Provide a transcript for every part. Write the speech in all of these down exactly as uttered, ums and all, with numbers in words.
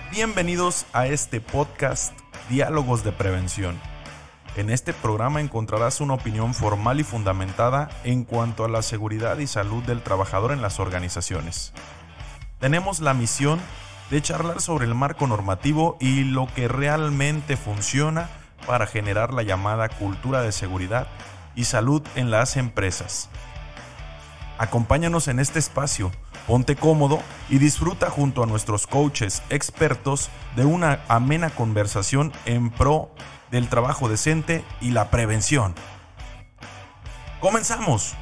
Bienvenidos a este podcast Diálogos de Prevención. En este programa encontrarás una opinión formal y fundamentada en cuanto a la seguridad y salud del trabajador en las organizaciones. Tenemos la misión de charlar sobre el marco normativo y lo que realmente funciona para generar la llamada cultura de seguridad y salud en las empresas. Acompáñanos en este espacio, ponte cómodo y disfruta junto a nuestros coaches expertos de una amena conversación en pro del trabajo decente y la prevención. ¡Comenzamos!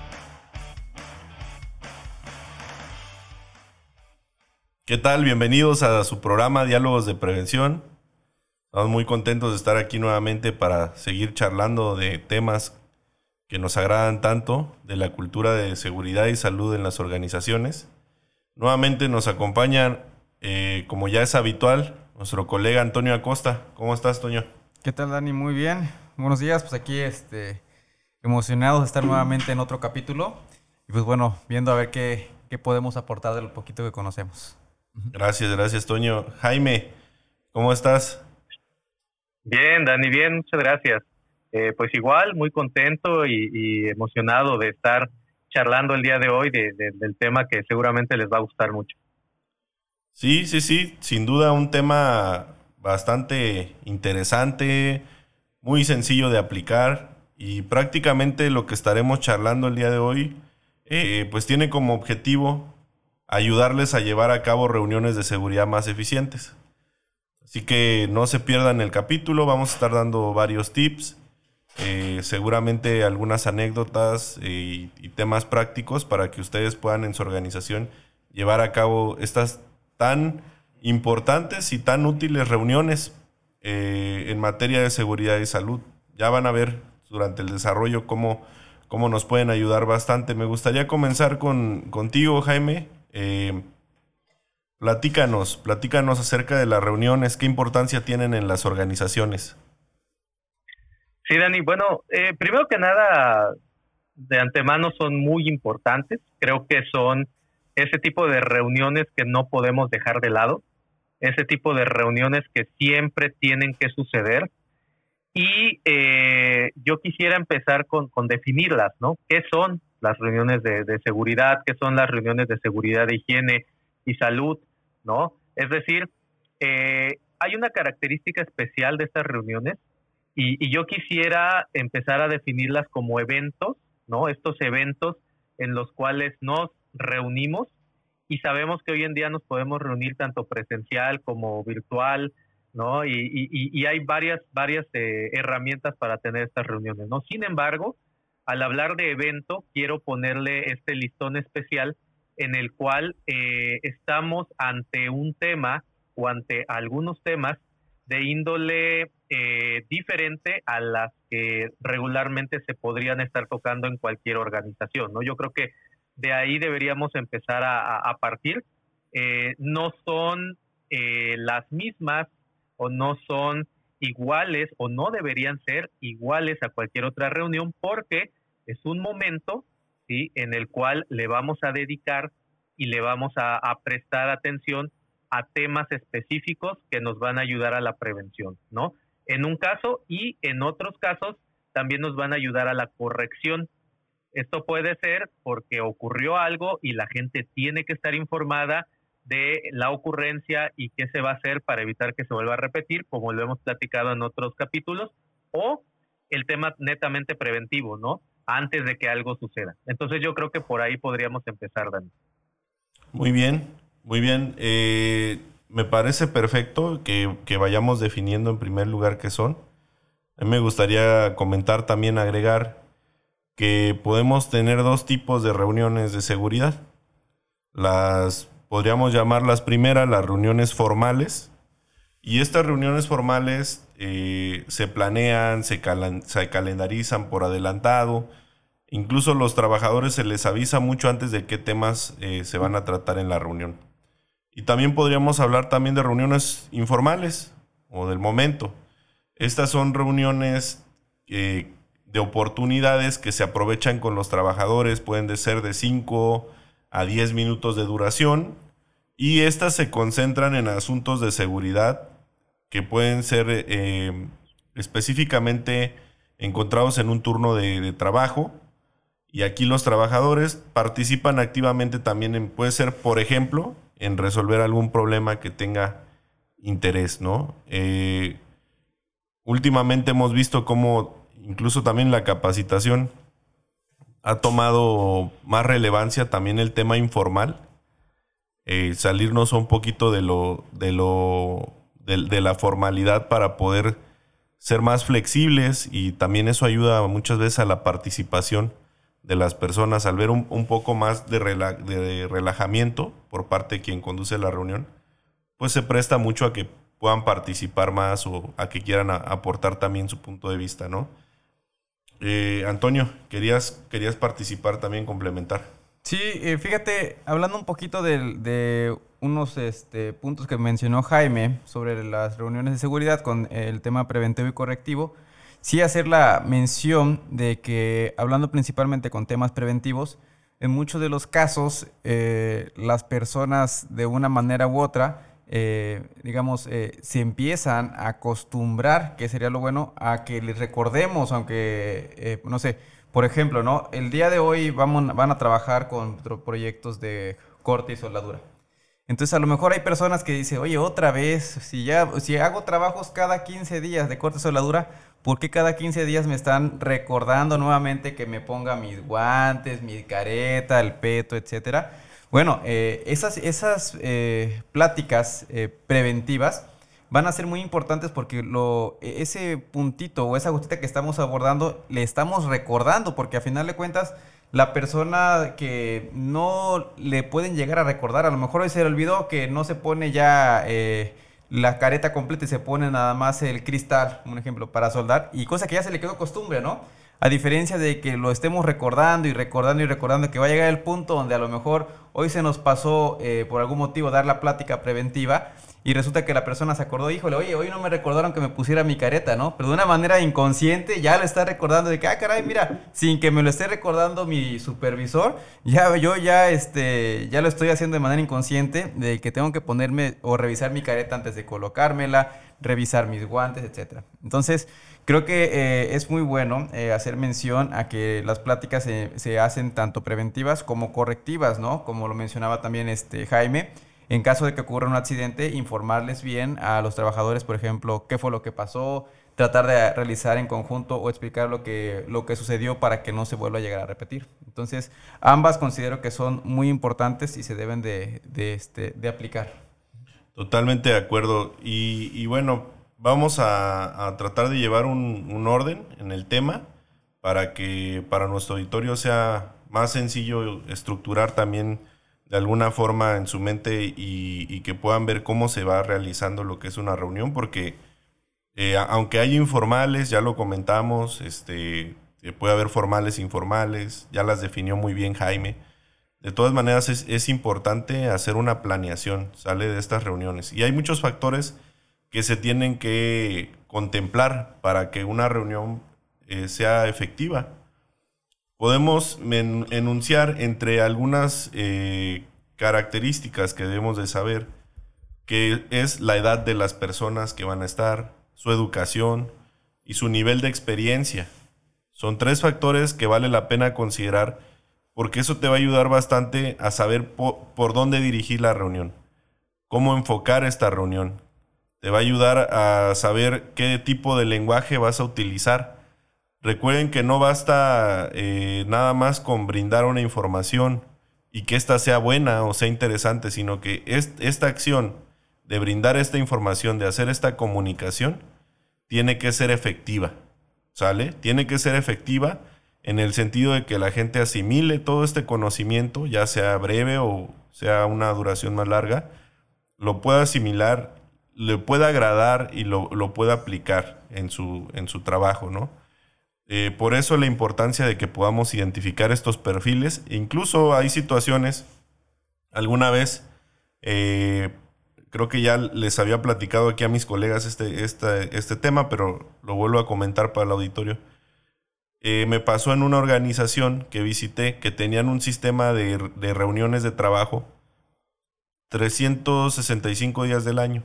¿Qué tal? Bienvenidos a su programa Diálogos de Prevención. Estamos muy contentos de estar aquí nuevamente para seguir charlando de temas que nos agradan tanto, de la cultura de seguridad y salud en las organizaciones. Nuevamente nos acompaña, eh, como ya es habitual, nuestro colega Antonio Acosta. ¿Cómo estás, Toño? ¿Qué tal, Dani? Muy bien. Buenos días. Pues aquí este, emocionados de estar nuevamente en otro capítulo. Y pues bueno, viendo a ver qué, qué podemos aportar de lo poquito que conocemos. Gracias, gracias, Toño. Jaime, ¿cómo estás? Bien, Dani, bien. Muchas gracias. Eh, pues igual, muy contento y, y emocionado de estar charlando el día de hoy de, de, del tema que seguramente les va a gustar mucho. Sí, sí, sí, sin duda un tema bastante interesante, muy sencillo de aplicar y prácticamente lo que estaremos charlando el día de hoy eh, pues tiene como objetivo ayudarles a llevar a cabo reuniones de seguridad más eficientes. Así que no se pierdan el capítulo, vamos a estar dando varios tips. Eh, seguramente algunas anécdotas eh, y, y temas prácticos para que ustedes puedan en su organización llevar a cabo estas tan importantes y tan útiles reuniones eh, en materia de seguridad y salud. Ya van a ver durante el desarrollo cómo, cómo nos pueden ayudar bastante. Me gustaría comenzar con, contigo, Jaime. Eh, platícanos, platícanos acerca de las reuniones, qué importancia tienen en las organizaciones. Sí, Dani, bueno, eh, primero que nada, de antemano son muy importantes. Creo que son ese tipo de reuniones que no podemos dejar de lado, ese tipo de reuniones que siempre tienen que suceder. Y eh, yo quisiera empezar con, con definirlas, ¿no? ¿Qué son las reuniones de, de seguridad? ¿Qué son las reuniones de seguridad, de higiene y salud? ¿No? Es decir, eh, hay una característica especial de estas reuniones. Y, y yo quisiera empezar a definirlas como eventos, ¿no? Estos eventos en los cuales nos reunimos y sabemos que hoy en día nos podemos reunir tanto presencial como virtual, ¿no? Y, y, y hay varias, varias eh, herramientas para tener estas reuniones, ¿no? Sin embargo, al hablar de evento, quiero ponerle este listón especial en el cual eh, estamos ante un tema o ante algunos temas de índole eh, diferente a las que regularmente se podrían estar tocando en cualquier organización, ¿no? Yo creo que de ahí deberíamos empezar a, a partir. Eh, no son eh, las mismas o no son iguales o no deberían ser iguales a cualquier otra reunión porque es un momento, ¿sí?, en el cual le vamos a dedicar y le vamos a, a prestar atención a temas específicos que nos van a ayudar a la prevención, ¿no? En un caso y en otros casos también nos van a ayudar a la corrección. Esto puede ser porque ocurrió algo y la gente tiene que estar informada de la ocurrencia y qué se va a hacer para evitar que se vuelva a repetir, como lo hemos platicado en otros capítulos, o el tema netamente preventivo, ¿no? Antes de que algo suceda. Entonces yo creo que por ahí podríamos empezar, Dani. Muy bien. Muy bien, eh, me parece perfecto que, que vayamos definiendo en primer lugar qué son. A mí me gustaría comentar también, agregar que podemos tener dos tipos de reuniones de seguridad. Las podríamos llamar las primeras, las reuniones formales. Y estas reuniones formales eh, se planean, se, calen, se calendarizan por adelantado. Incluso los trabajadores se les avisa mucho antes de qué temas eh, se van a tratar en la reunión. Y también podríamos hablar también de reuniones informales o del momento. Estas son reuniones eh, de oportunidades que se aprovechan con los trabajadores. Pueden de ser de cinco a diez minutos de duración y estas se concentran en asuntos de seguridad que pueden ser eh, específicamente encontrados en un turno de, de trabajo. Y aquí los trabajadores participan activamente también en, puede ser, por ejemplo, en resolver algún problema que tenga interés, ¿no? Eh, últimamente hemos visto cómo incluso también la capacitación ha tomado más relevancia también el tema informal. Eh, salirnos un poquito de lo, de lo, de, de la formalidad para poder ser más flexibles, y también eso ayuda muchas veces a la participación de las personas al ver un, un poco más de, rela, de relajamiento por parte de quien conduce la reunión, pues se presta mucho a que puedan participar más o a que quieran a, aportar también su punto de vista, ¿no? Eh, Antonio, querías, querías participar también, complementar. Sí, eh, fíjate, hablando un poquito de, de unos este, puntos que mencionó Jaime sobre las reuniones de seguridad con el tema preventivo y correctivo, sí hacer la mención de que, hablando principalmente con temas preventivos, en muchos de los casos eh, las personas de una manera u otra, eh, digamos, eh, se empiezan a acostumbrar, que sería lo bueno, a que les recordemos, aunque, eh, no sé, por ejemplo, ¿no? El día de hoy vamos, van a trabajar con proyectos de corte y soldadura. Entonces, a lo mejor hay personas que dicen, oye, otra vez, si ya si hago trabajos cada quince días de corte y soldadura, ¿por qué cada quince días me están recordando nuevamente que me ponga mis guantes, mi careta, el peto, etcétera? Bueno, eh, esas, esas eh, pláticas eh, preventivas van a ser muy importantes porque lo, ese puntito o esa gotita que estamos abordando le estamos recordando, porque a final de cuentas la persona que no le pueden llegar a recordar, a lo mejor hoy se le olvidó que no se pone ya eh, la careta completa y se pone nada más el cristal, un ejemplo, para soldar, y cosa que ya se le quedó costumbre, ¿no? A diferencia de que lo estemos recordando y recordando y recordando, que va a llegar el punto donde a lo mejor hoy se nos pasó eh, por algún motivo dar la plática preventiva y resulta que la persona se acordó, híjole, oye, hoy no me recordaron que me pusiera mi careta, ¿no? Pero de una manera inconsciente ya lo está recordando de que, ah, caray, mira, sin que me lo esté recordando mi supervisor, ya yo ya, este, ya lo estoy haciendo de manera inconsciente, de que tengo que ponerme o revisar mi careta antes de colocármela, revisar mis guantes, etcétera. Entonces, creo que eh, es muy bueno eh, hacer mención a que las pláticas se, se hacen tanto preventivas como correctivas, ¿no? Como lo mencionaba también este Jaime. En caso de que ocurra un accidente, informarles bien a los trabajadores, por ejemplo, qué fue lo que pasó, tratar de realizar en conjunto o explicar lo que, lo que sucedió para que no se vuelva a llegar a repetir. Entonces, ambas considero que son muy importantes y se deben de, de, este, de aplicar. Totalmente de acuerdo. Y, y bueno, vamos a, a tratar de llevar un, un orden en el tema para que para nuestro auditorio sea más sencillo estructurar también de alguna forma en su mente y, y que puedan ver cómo se va realizando lo que es una reunión, porque eh, aunque hay informales, ya lo comentamos, este, puede haber formales e informales, ya las definió muy bien Jaime. De todas maneras es, es importante hacer una planeación, sale de estas reuniones. Y hay muchos factores que se tienen que contemplar para que una reunión eh, sea efectiva. Podemos men- enunciar entre algunas eh, características que debemos de saber, que es la edad de las personas que van a estar, su educación y su nivel de experiencia. Son tres factores que vale la pena considerar porque eso te va a ayudar bastante a saber po- por dónde dirigir la reunión, cómo enfocar esta reunión. Te va a ayudar a saber qué tipo de lenguaje vas a utilizar. Recuerden que no basta eh, nada más con brindar una información y que ésta sea buena o sea interesante, sino que es, esta acción de brindar esta información, de hacer esta comunicación, tiene que ser efectiva, ¿sale? Tiene que ser efectiva en el sentido de que la gente asimile todo este conocimiento, ya sea breve o sea una duración más larga, lo pueda asimilar, le pueda agradar y lo, lo pueda aplicar en su, en su trabajo, ¿no? Eh, por eso la importancia de que podamos identificar estos perfiles. Incluso hay situaciones, alguna vez, eh, creo que ya les había platicado aquí a mis colegas este, este, este tema, pero lo vuelvo a comentar para el auditorio. Eh, me pasó en una organización que visité que tenían un sistema de, de reuniones de trabajo trescientos sesenta y cinco días del año.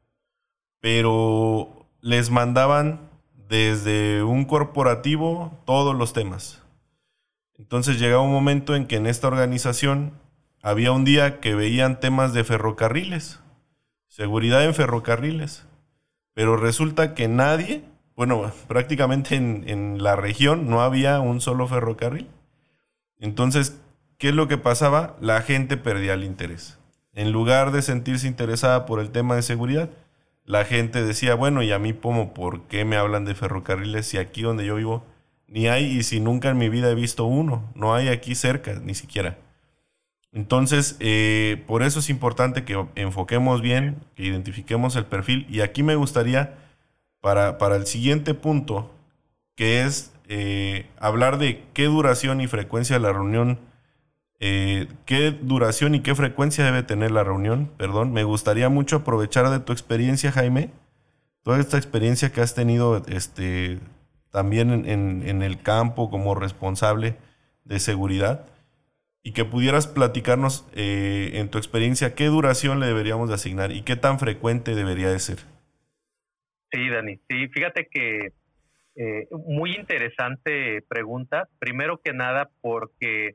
Pero les mandaban desde un corporativo todos los temas. Entonces llegaba un momento en que en esta organización había un día que veían temas de ferrocarriles, seguridad en ferrocarriles, pero resulta que nadie, bueno, prácticamente en, en la región no había un solo ferrocarril. Entonces, ¿qué es lo que pasaba? La gente perdía el interés. En lugar de sentirse interesada por el tema de seguridad, la gente decía, bueno, ¿y a mí como por qué me hablan de ferrocarriles si aquí donde yo vivo ni hay y si nunca en mi vida he visto uno? No hay aquí cerca, ni siquiera. Entonces, eh, por eso es importante que enfoquemos bien, que identifiquemos el perfil. Y aquí me gustaría, para, para el siguiente punto, que es eh, hablar de qué duración y frecuencia de la reunión, eh, qué duración y qué frecuencia debe tener la reunión, perdón. Me gustaría mucho aprovechar de tu experiencia, Jaime, toda esta experiencia que has tenido este, también en, en, en el campo como responsable de seguridad, y que pudieras platicarnos eh, en tu experiencia qué duración le deberíamos de asignar y qué tan frecuente debería de ser. Sí, Dani, sí, fíjate que eh, muy interesante pregunta. Primero que nada, porque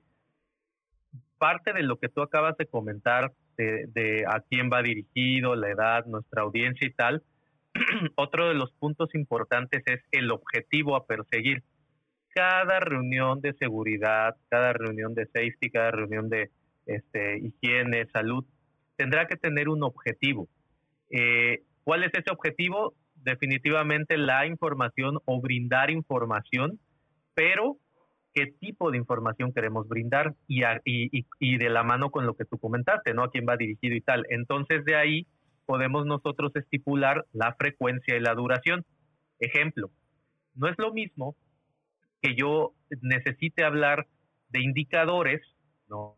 parte de lo que tú acabas de comentar, de, de a quién va dirigido, la edad, nuestra audiencia y tal, otro de los puntos importantes es el objetivo a perseguir. Cada reunión de seguridad, cada reunión de safety, cada reunión de este, higiene, salud, tendrá que tener un objetivo. Eh, ¿Cuál es ese objetivo? Definitivamente la información o brindar información, pero ¿qué tipo de información queremos brindar? Y, a, y, y de la mano con lo que tú comentaste, ¿no? A quién va dirigido y tal. Entonces, de ahí podemos nosotros estipular la frecuencia y la duración. Ejemplo, no es lo mismo que yo necesite hablar de indicadores, ¿no?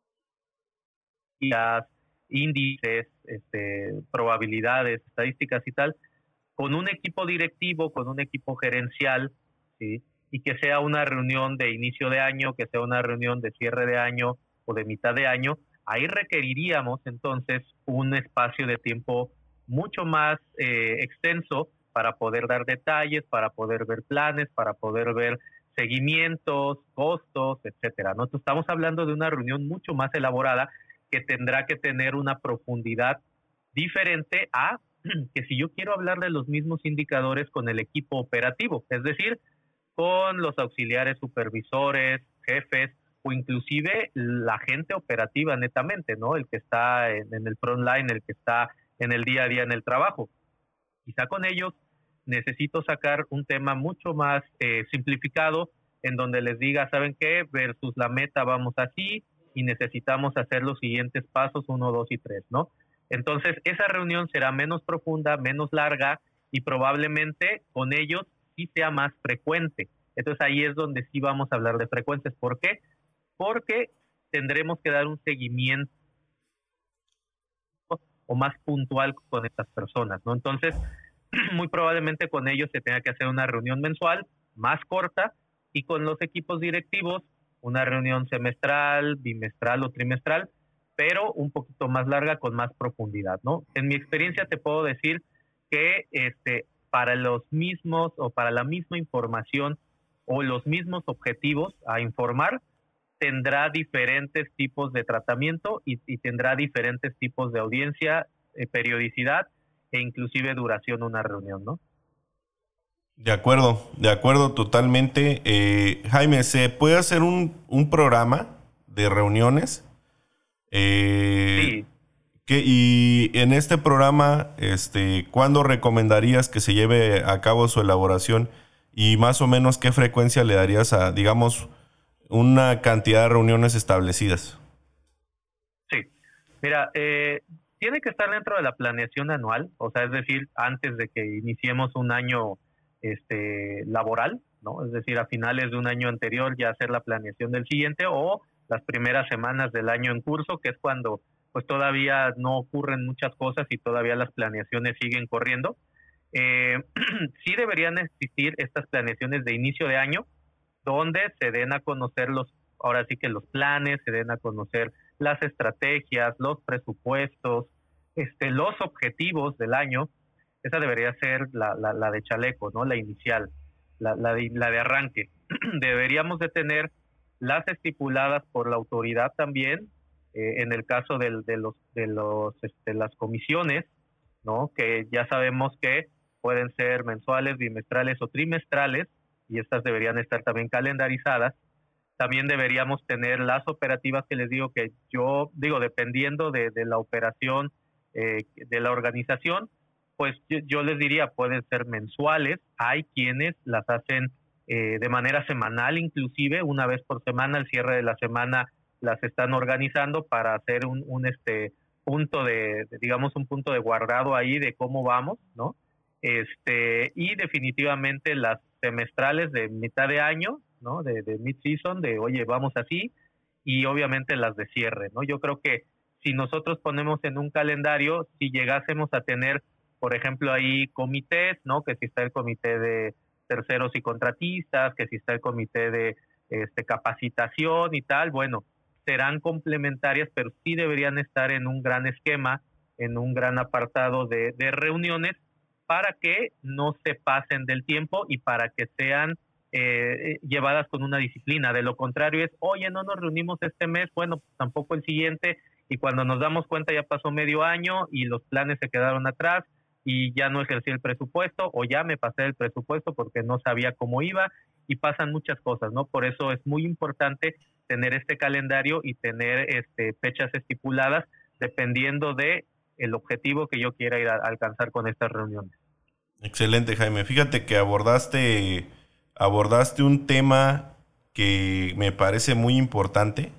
Las índices, este, probabilidades, estadísticas y tal, con un equipo directivo, con un equipo gerencial, ¿sí? Y que sea una reunión de inicio de año, que sea una reunión de cierre de año o de mitad de año. Ahí requeriríamos entonces un espacio de tiempo mucho más eh, extenso para poder dar detalles, para poder ver planes, para poder ver seguimientos, costos, etcétera. Nosotros estamos hablando de una reunión mucho más elaborada que tendrá que tener una profundidad diferente a que si yo quiero hablar de los mismos indicadores con el equipo operativo, es decir, con los auxiliares supervisores, jefes o inclusive la gente operativa netamente, ¿no? El que está en, en el front line, el que está en el día a día en el trabajo. Quizá con ellos necesito sacar un tema mucho más eh, simplificado en donde les diga, ¿saben qué? Versus la meta vamos así y necesitamos hacer los siguientes pasos, uno, dos y tres, ¿no? Entonces, esa reunión será menos profunda, menos larga y probablemente con ellos sí sea más frecuente. Entonces, ahí es donde sí vamos a hablar de frecuencias. ¿Por qué? Porque tendremos que dar un seguimiento o más puntual con estas personas, ¿no? Entonces, muy probablemente con ellos se tenga que hacer una reunión mensual más corta y con los equipos directivos una reunión semestral, bimestral o trimestral, pero un poquito más larga con más profundidad, ¿no? En mi experiencia te puedo decir que este, para los mismos o para la misma información o los mismos objetivos a informar, tendrá diferentes tipos de tratamiento y, y tendrá diferentes tipos de audiencia, eh, periodicidad e inclusive duración una reunión, ¿no? De acuerdo, de acuerdo totalmente. Eh, Jaime, ¿se puede hacer un, un programa de reuniones? Eh, sí. Que, y en este programa, este, ¿cuándo recomendarías que se lleve a cabo su elaboración? Y más o menos, ¿qué frecuencia le darías a, digamos, una cantidad de reuniones establecidas? Sí. Mira, eh, tiene que estar dentro de la planeación anual, o sea, es decir, antes de que iniciemos un año este, laboral, ¿no? Es decir, a finales de un año anterior ya hacer la planeación del siguiente o las primeras semanas del año en curso, que es cuando pues todavía no ocurren muchas cosas y todavía las planeaciones siguen corriendo. Eh, sí deberían existir estas planeaciones de inicio de año, donde se den a conocer los, ahora sí que los planes, se den a conocer las estrategias, los presupuestos, este, los objetivos del año. Esa debería ser la, la, la de chaleco, ¿no? La inicial, la, la, de, la de arranque. Deberíamos de tener las estipuladas por la autoridad también, eh, en el caso del, de los de los este, las comisiones, ¿no? Que ya sabemos que pueden ser mensuales, bimestrales o trimestrales, y estas deberían estar también calendarizadas. También deberíamos tener las operativas que les digo que yo, digo, dependiendo de, de la operación eh, de la organización, pues yo, yo les diría, pueden ser mensuales. Hay quienes las hacen eh, de manera semanal, inclusive una vez por semana, al cierre de la semana las están organizando para hacer un, un este punto de, de, digamos, un punto de guardado ahí de cómo vamos, ¿no? Este, y definitivamente las semestrales de mitad de año, ¿no? De, de mid-season, de oye, vamos así, y obviamente las de cierre, ¿no? Yo creo que si nosotros ponemos en un calendario, si llegásemos a tener, por ejemplo, ahí comités, ¿no? Que si está el comité de terceros y contratistas, que si está el comité de este, capacitación y tal, bueno, serán complementarias, pero sí deberían estar en un gran esquema, en un gran apartado de, de reuniones, para que no se pasen del tiempo y para que sean eh, llevadas con una disciplina. De lo contrario es, oye, no nos reunimos este mes, bueno, pues tampoco el siguiente, y cuando nos damos cuenta ya pasó medio año y los planes se quedaron atrás y ya no ejercí el presupuesto, o ya me pasé el presupuesto porque no sabía cómo iba, y pasan muchas cosas, ¿no? Por eso es muy importante tener este calendario y tener este, fechas estipuladas dependiendo de el objetivo que yo quiera ir a alcanzar con estas reuniones. Excelente, Jaime. Fíjate que abordaste, abordaste un tema que me parece muy importante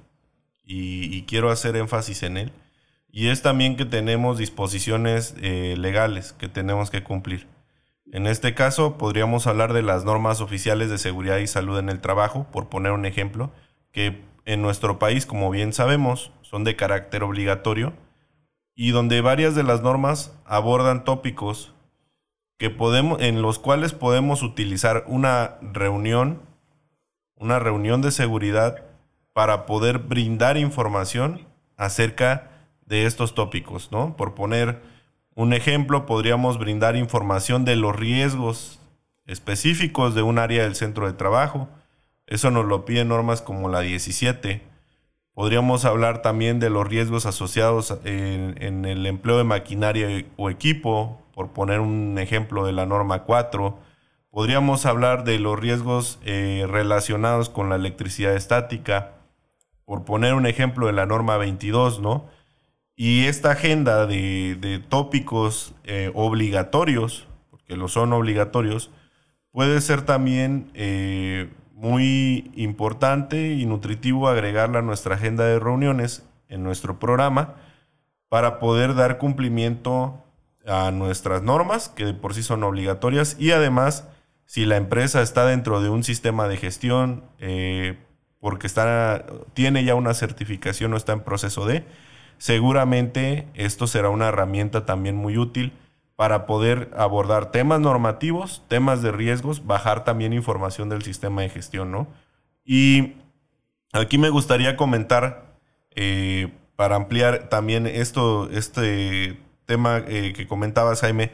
y, y quiero hacer énfasis en él. Y es también que tenemos disposiciones eh, legales que tenemos que cumplir. En este caso, podríamos hablar de las normas oficiales de seguridad y salud en el trabajo, por poner un ejemplo, que en nuestro país, como bien sabemos, son de carácter obligatorio y donde varias de las normas abordan tópicos que podemos, en los cuales podemos utilizar una reunión, una reunión de seguridad para poder brindar información acerca de estos tópicos, ¿no? Por poner un ejemplo, podríamos brindar información de los riesgos específicos de un área del centro de trabajo. Eso nos lo piden normas como la diecisiete. Podríamos hablar también de los riesgos asociados en, en el empleo de maquinaria o equipo, por poner un ejemplo de la norma cuatro. Podríamos hablar de los riesgos eh, relacionados con la electricidad estática, por poner un ejemplo de la norma veintidós, ¿no? Y esta agenda de, de tópicos eh, obligatorios, porque lo son obligatorios, puede ser también eh, muy importante y nutritivo agregarla a nuestra agenda de reuniones en nuestro programa para poder dar cumplimiento a nuestras normas, que de por sí son obligatorias, y además, si la empresa está dentro de un sistema de gestión, eh, porque está, tiene ya una certificación o está en proceso de, seguramente esto será una herramienta también muy útil para poder abordar temas normativos, temas de riesgos, bajar también información del sistema de gestión, ¿no? Y aquí me gustaría comentar, eh, para ampliar también esto, este tema eh, que comentabas, Jaime,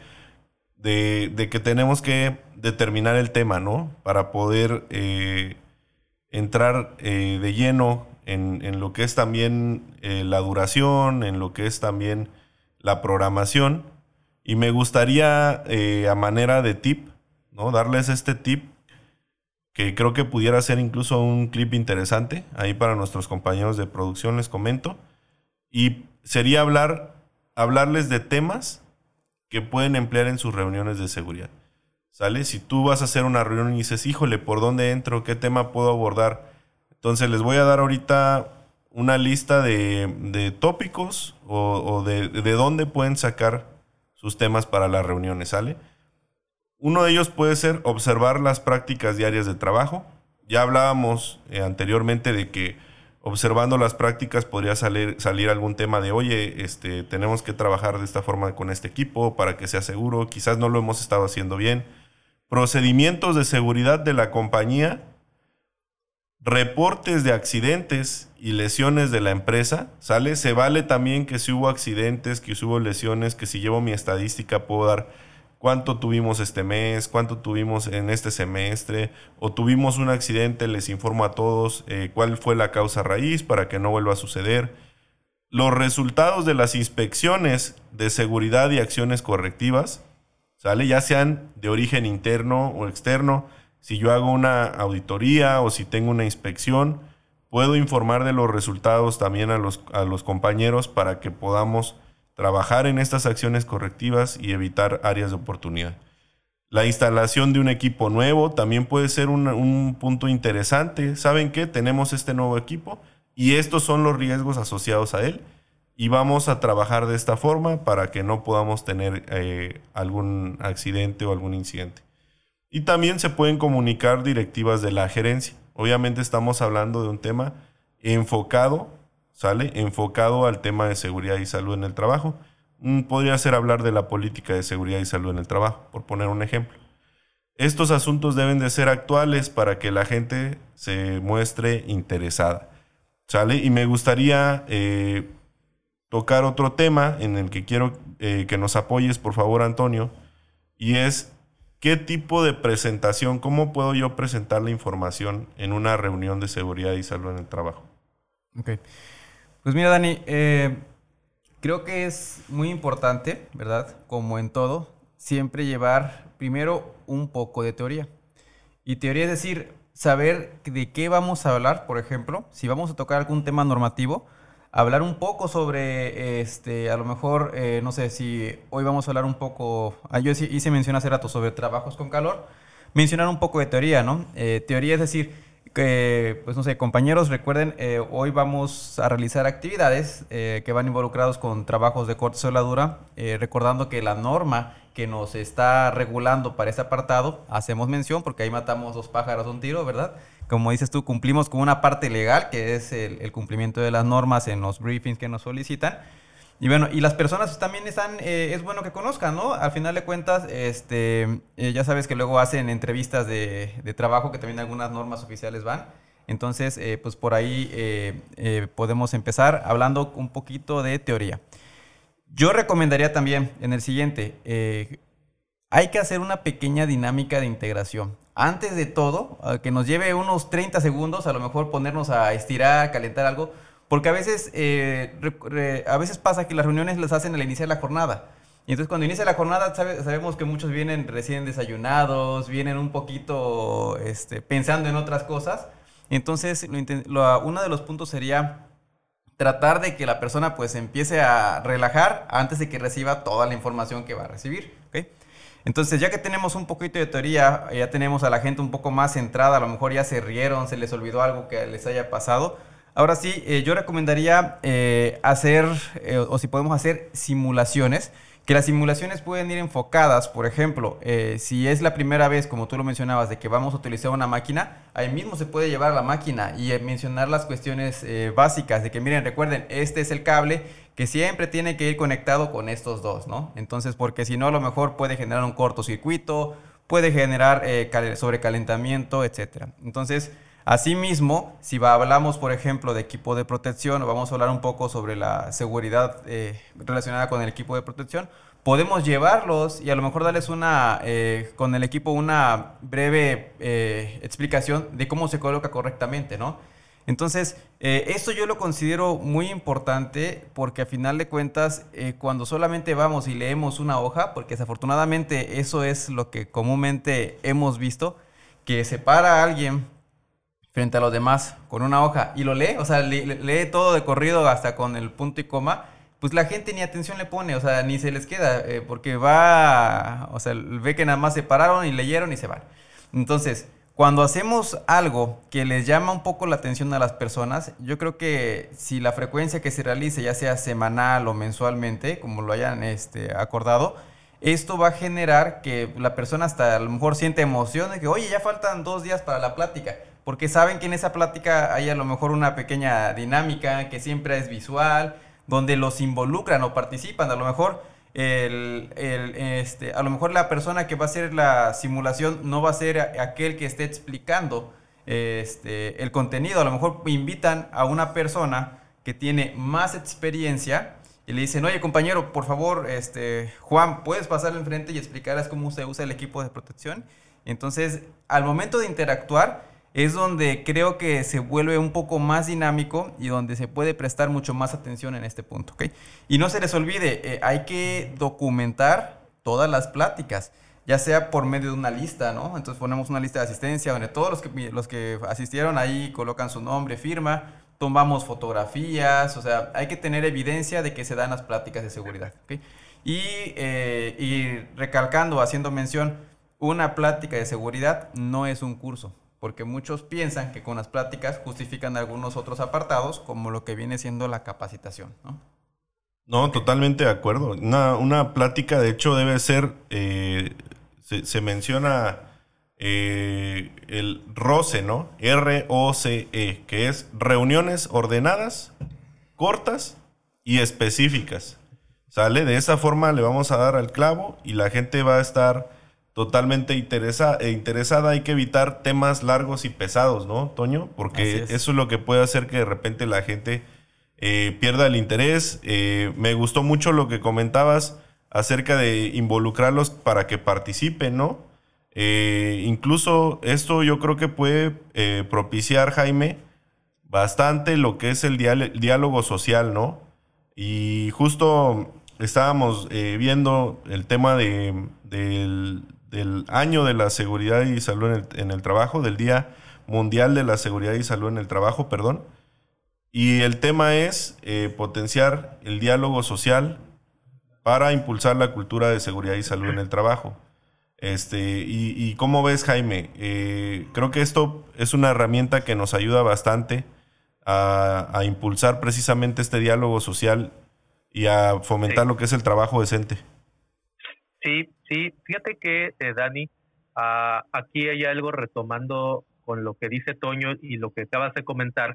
de, de que tenemos que determinar el tema, ¿no? Para poder eh, entrar eh, de lleno En, en lo que es también eh, la duración, en lo que es también la programación. Y me gustaría, eh, a manera de tip, ¿no? Darles este tip que creo que pudiera ser incluso un clip interesante ahí para nuestros compañeros de producción, les comento. Y sería hablar, hablarles de temas que pueden emplear en sus reuniones de seguridad. ¿Sale? Si tú vas a hacer una reunión y dices, híjole, ¿por dónde entro? ¿Qué tema puedo abordar? Entonces les voy a dar ahorita una lista de, de tópicos o, o de, de dónde pueden sacar sus temas para las reuniones, ¿sale? Uno de ellos puede ser observar las prácticas diarias de trabajo. Ya hablábamos eh, anteriormente de que observando las prácticas podría salir, salir algún tema de, oye, este, tenemos que trabajar de esta forma con este equipo para que sea seguro, quizás no lo hemos estado haciendo bien. Procedimientos de seguridad de la compañía, reportes de accidentes y lesiones de la empresa, ¿sale? Se vale también que si hubo accidentes, que si hubo lesiones, que si llevo mi estadística puedo dar cuánto tuvimos este mes, cuánto tuvimos en este semestre, o tuvimos un accidente, les informo a todos eh, cuál fue la causa raíz para que no vuelva a suceder. Los resultados de las inspecciones de seguridad y acciones correctivas, ¿sale? Ya sean de origen interno o externo. Si yo hago una auditoría o si tengo una inspección, puedo informar de los resultados también a los, a los compañeros para que podamos trabajar en estas acciones correctivas y evitar áreas de oportunidad. La instalación de un equipo nuevo también puede ser un, un punto interesante. ¿Saben qué? Tenemos este nuevo equipo y estos son los riesgos asociados a él y vamos a trabajar de esta forma para que no podamos tener eh, algún accidente o algún incidente. Y también se pueden comunicar directivas de la gerencia. Obviamente estamos hablando de un tema enfocado, ¿sale? Enfocado al tema de seguridad y salud en el trabajo. Podría ser hablar de la política de seguridad y salud en el trabajo, por poner un ejemplo. Estos asuntos deben de ser actuales para que la gente se muestre interesada, ¿sale? Y me gustaría eh, tocar otro tema en el que quiero eh, que nos apoyes, por favor, Antonio, y es ¿qué tipo de presentación, cómo puedo yo presentar la información en una reunión de seguridad y salud en el trabajo? Ok. Pues mira, Dani, eh, creo que es muy importante, ¿verdad? Como en todo, siempre llevar primero un poco de teoría. Y teoría es decir, saber de qué vamos a hablar, por ejemplo, si vamos a tocar algún tema normativo, hablar un poco sobre, este, a lo mejor, eh, no sé, si hoy vamos a hablar un poco, ah, yo hice mención hace rato sobre trabajos con calor, mencionar un poco de teoría, ¿no? Eh, teoría es decir, que, pues no sé, compañeros, recuerden, eh, hoy vamos a realizar actividades eh, que van involucrados con trabajos de corte y soldadura, eh, recordando que la norma que nos está regulando para ese apartado, hacemos mención porque ahí matamos dos pájaros de un tiro, ¿verdad? Como dices tú, cumplimos con una parte legal, que es el, el cumplimiento de las normas en los briefings que nos solicitan. Y bueno, y las personas también están, eh, es bueno que conozcan, ¿no? Al final de cuentas, este, eh, ya sabes que luego hacen entrevistas de, de trabajo que también algunas normas oficiales van. Entonces, eh, pues por ahí eh, eh, podemos empezar hablando un poquito de teoría. Yo recomendaría también en el siguiente, eh, hay que hacer una pequeña dinámica de integración. Antes de todo, que nos lleve unos treinta segundos, a lo mejor ponernos a estirar, calentar algo, porque a veces, eh, re, re, a veces pasa que las reuniones las hacen al iniciar la jornada. Y entonces cuando inicia la jornada sabe, sabemos que muchos vienen recién desayunados, vienen un poquito este, pensando en otras cosas. Entonces lo, lo, uno de los puntos sería tratar de que la persona pues empiece a relajar antes de que reciba toda la información que va a recibir, ¿okay? Entonces, ya que tenemos un poquito de teoría, ya tenemos a la gente un poco más centrada, a lo mejor ya se rieron, se les olvidó algo que les haya pasado. Ahora sí, eh, yo recomendaría eh, hacer, eh, o si podemos hacer simulaciones, que las simulaciones pueden ir enfocadas, por ejemplo, eh, si es la primera vez, como tú lo mencionabas, de que vamos a utilizar una máquina, ahí mismo se puede llevar la máquina y eh, mencionar las cuestiones eh, básicas, de que miren, recuerden, este es el cable que siempre tiene que ir conectado con estos dos, ¿no? Entonces, porque si no, a lo mejor puede generar un cortocircuito, puede generar eh, sobrecalentamiento, etcétera. Entonces, asimismo, si va, hablamos, por ejemplo, de equipo de protección, o vamos a hablar un poco sobre la seguridad eh, relacionada con el equipo de protección, podemos llevarlos y a lo mejor darles una, eh, con el equipo una breve eh, explicación de cómo se coloca correctamente, ¿no? Entonces, eh, esto yo lo considero muy importante porque a final de cuentas, eh, cuando solamente vamos y leemos una hoja, porque desafortunadamente eso es lo que comúnmente hemos visto, que se para a alguien frente a los demás con una hoja y lo lee, o sea, lee, lee todo de corrido hasta con el punto y coma, pues la gente ni atención le pone, o sea, ni se les queda, eh, porque va, o sea, ve que nada más se pararon y leyeron y se van. Entonces, cuando hacemos algo que les llama un poco la atención a las personas, yo creo que si la frecuencia que se realice, ya sea semanal o mensualmente, como lo hayan este, acordado, esto va a generar que la persona hasta a lo mejor siente emoción de que, oye, ya faltan dos días para la plática, porque saben que en esa plática hay a lo mejor una pequeña dinámica que siempre es visual, donde los involucran o participan. A lo mejor el, el, este, a lo mejor la persona que va a hacer la simulación no va a ser aquel que esté explicando este, el contenido. A lo mejor invitan a una persona que tiene más experiencia y le dicen, oye compañero, por favor, este, Juan, ¿puedes pasar enfrente y explicarles cómo se usa el equipo de protección? Entonces, al momento de interactuar, es donde creo que se vuelve un poco más dinámico y donde se puede prestar mucho más atención en este punto, ¿ok? Y no se les olvide, eh, hay que documentar todas las pláticas, ya sea por medio de una lista, ¿no? Entonces ponemos una lista de asistencia donde todos los que, los que asistieron ahí colocan su nombre, firma, tomamos fotografías, o sea, hay que tener evidencia de que se dan las pláticas de seguridad, ¿ok? Y, eh, y recalcando, haciendo mención, una plática de seguridad no es un curso, porque muchos piensan que con las pláticas justifican algunos otros apartados, como lo que viene siendo la capacitación, ¿no? No, totalmente de acuerdo. Una, una plática, de hecho, debe ser, eh, se, se menciona eh, el ROCE, ¿no? R O C E, que es reuniones ordenadas, cortas y específicas. ¿Sale? De esa forma le vamos a dar al clavo y la gente va a estar totalmente interesa, interesada. Hay que evitar temas largos y pesados, ¿no, Toño? Porque es. Eso es lo que puede hacer que de repente la gente eh, pierda el interés. Eh, me gustó mucho lo que comentabas acerca de involucrarlos para que participen, ¿no? Eh, incluso esto yo creo que puede eh, propiciar, Jaime, bastante lo que es el diál- diálogo social, ¿no? Y justo estábamos eh, viendo el tema de, del... del año de la seguridad y salud en el, en el trabajo, del Día Mundial de la Seguridad y Salud en el Trabajo, perdón. Y el tema es eh, potenciar el diálogo social para impulsar la cultura de seguridad y salud en el trabajo. Este, y, y ¿cómo ves, Jaime? Eh, creo que esto es una herramienta que nos ayuda bastante a, a impulsar precisamente este diálogo social y a fomentar sí. lo que es el trabajo decente. Sí, sí, fíjate que, eh, Dani, uh, aquí hay algo retomando con lo que dice Toño y lo que acabas de comentar.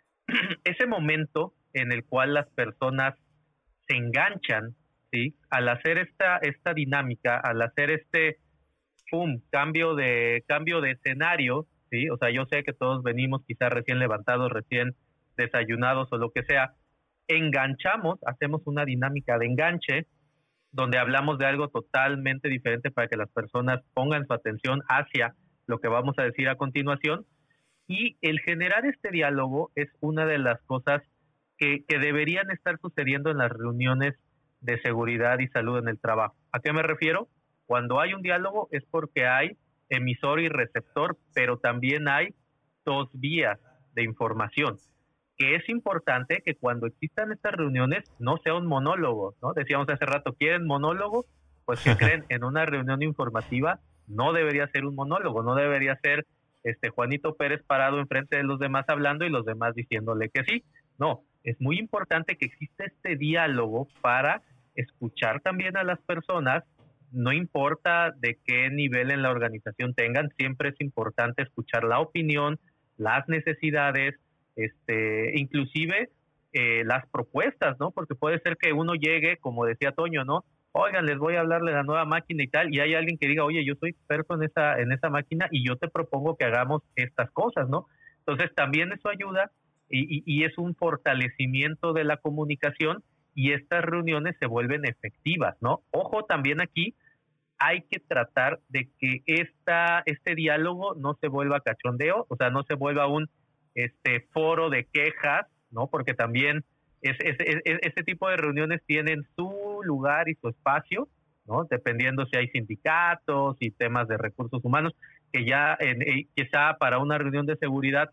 Ese momento en el cual las personas se enganchan, ¿sí? Al hacer esta, esta dinámica, al hacer este pum, cambio de, cambio de escenario, ¿sí? O sea, yo sé que todos venimos quizás recién levantados, recién desayunados o lo que sea, enganchamos, hacemos una dinámica de enganche, donde hablamos de algo totalmente diferente para que las personas pongan su atención hacia lo que vamos a decir a continuación. Y el generar este diálogo es una de las cosas que, que deberían estar sucediendo en las reuniones de seguridad y salud en el trabajo. ¿A qué me refiero? Cuando hay un diálogo es porque hay emisor y receptor, pero también hay dos vías de información. Que es importante que cuando existan estas reuniones no sea un monólogo, ¿no? Decíamos hace rato, ¿quieren monólogo? Pues que creen, en una reunión informativa no debería ser un monólogo, no debería ser este Juanito Pérez parado enfrente de los demás hablando y los demás diciéndole que sí. No, es muy importante que exista este diálogo para escuchar también a las personas, no importa de qué nivel en la organización tengan, siempre es importante escuchar la opinión, las necesidades, este, inclusive eh, las propuestas, ¿no? Porque puede ser que uno llegue, como decía Toño, ¿no? Oigan, les voy a hablar de la nueva máquina y tal, y hay alguien que diga, oye, yo soy experto en esa, en esa máquina y yo te propongo que hagamos estas cosas, ¿no? Entonces también eso ayuda y, y, y es un fortalecimiento de la comunicación y estas reuniones se vuelven efectivas, ¿no? Ojo, también aquí hay que tratar de que esta, este diálogo no se vuelva cachondeo, o sea, no se vuelva un este foro de quejas, ¿no? Porque también es, es, es, este tipo de reuniones tienen su lugar y su espacio, ¿no? Dependiendo si hay sindicatos y temas de recursos humanos, que ya en, eh, quizá para una reunión de seguridad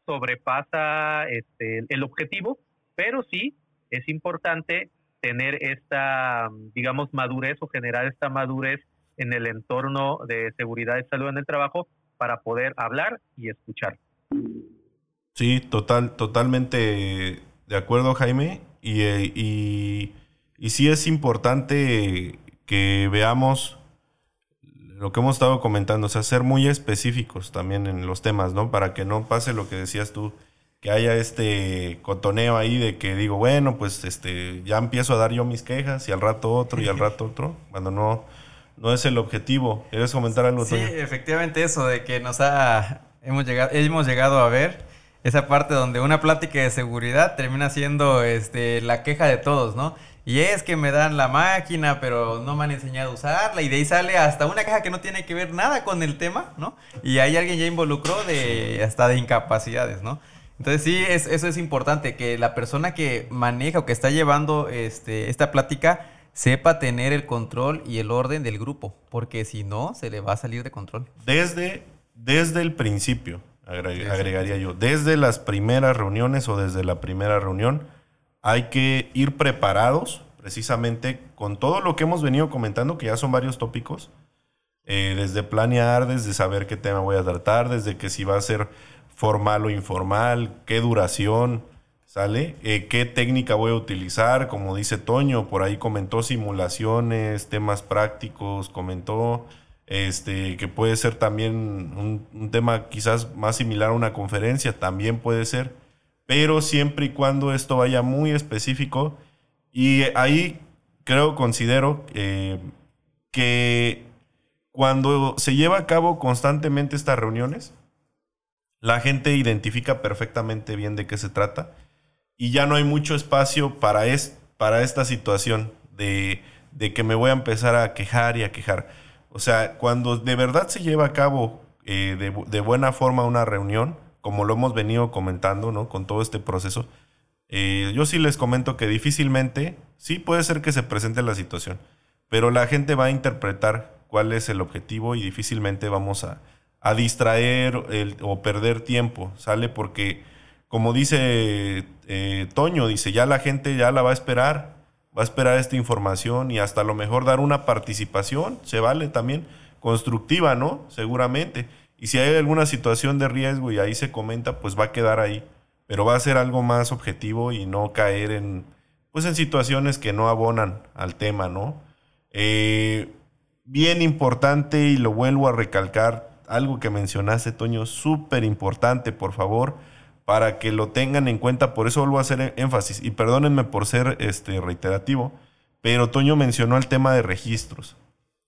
sobrepasa este, el objetivo, pero sí es importante tener esta, digamos, madurez o generar esta madurez en el entorno de seguridad y salud en el trabajo para poder hablar y escuchar. Sí, total, totalmente de acuerdo, Jaime. Y, y, y sí es importante que veamos lo que hemos estado comentando, o sea, ser muy específicos también en los temas, ¿no? Para que no pase lo que decías tú, que haya este cotoneo ahí de que digo, bueno, pues este ya empiezo a dar yo mis quejas y al rato otro y al rato otro, cuando no, no es el objetivo. ¿Quieres comentar algo, Sí, Toño? efectivamente eso, de que nos ha hemos llegado, hemos llegado a ver esa parte donde una plática de seguridad termina siendo este, la queja de todos, ¿no? Y es que me dan la máquina, pero no me han enseñado a usarla. Y de ahí sale hasta una queja que no tiene que ver nada con el tema, ¿no? Y ahí alguien ya involucró de, hasta de incapacidades, ¿no? Entonces sí, es, eso es importante, que la persona que maneja o que está llevando este, esta plática sepa tener el control y el orden del grupo, porque si no, se le va a salir de control. Desde, desde el principio, agre- agregaría yo, desde las primeras reuniones o desde la primera reunión, hay que ir preparados precisamente con todo lo que hemos venido comentando, que ya son varios tópicos, eh, desde planear, desde saber qué tema voy a tratar, desde que si va a ser formal o informal, qué duración, ¿sale? Eh, qué técnica voy a utilizar, como dice Toño, por ahí comentó simulaciones, temas prácticos, comentó este, que puede ser también un, un tema quizás más similar a una conferencia, también puede ser, pero siempre y cuando esto vaya muy específico. Y ahí creo, considero eh, que cuando se lleva a cabo constantemente estas reuniones, la gente identifica perfectamente bien de qué se trata y ya no hay mucho espacio para, es, para esta situación de, de que me voy a empezar a quejar y a quejar. O sea, cuando de verdad se lleva a cabo eh, de, de buena forma una reunión, como lo hemos venido comentando, ¿no? Con todo este proceso, eh, yo sí les comento que difícilmente, sí puede ser que se presente la situación, pero la gente va a interpretar cuál es el objetivo y difícilmente vamos a, a distraer el, o perder tiempo, ¿sale? Porque, como dice eh, Toño, dice, ya la gente ya la va a esperar, va a esperar esta información y hasta a lo mejor dar una participación, se vale también, constructiva, ¿no? Seguramente. Y si hay alguna situación de riesgo y ahí se comenta, pues va a quedar ahí. Pero va a ser algo más objetivo y no caer en, pues en situaciones que no abonan al tema, ¿no? Eh, bien importante, y lo vuelvo a recalcar, algo que mencionaste, Toño, súper importante, por favor, para que lo tengan en cuenta. Por eso vuelvo a hacer énfasis. Y perdónenme por ser este, reiterativo, pero Toño mencionó el tema de registros.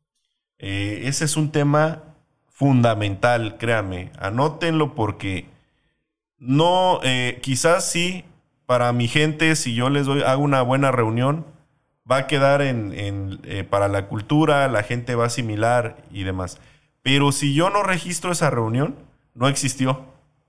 Eh, ese es un tema fundamental, créanme, anótenlo porque no, eh, quizás sí, para mi gente, si yo les doy, hago una buena reunión, va a quedar en, en eh, para la cultura, la gente va a asimilar y demás. Pero si yo no registro esa reunión, no existió.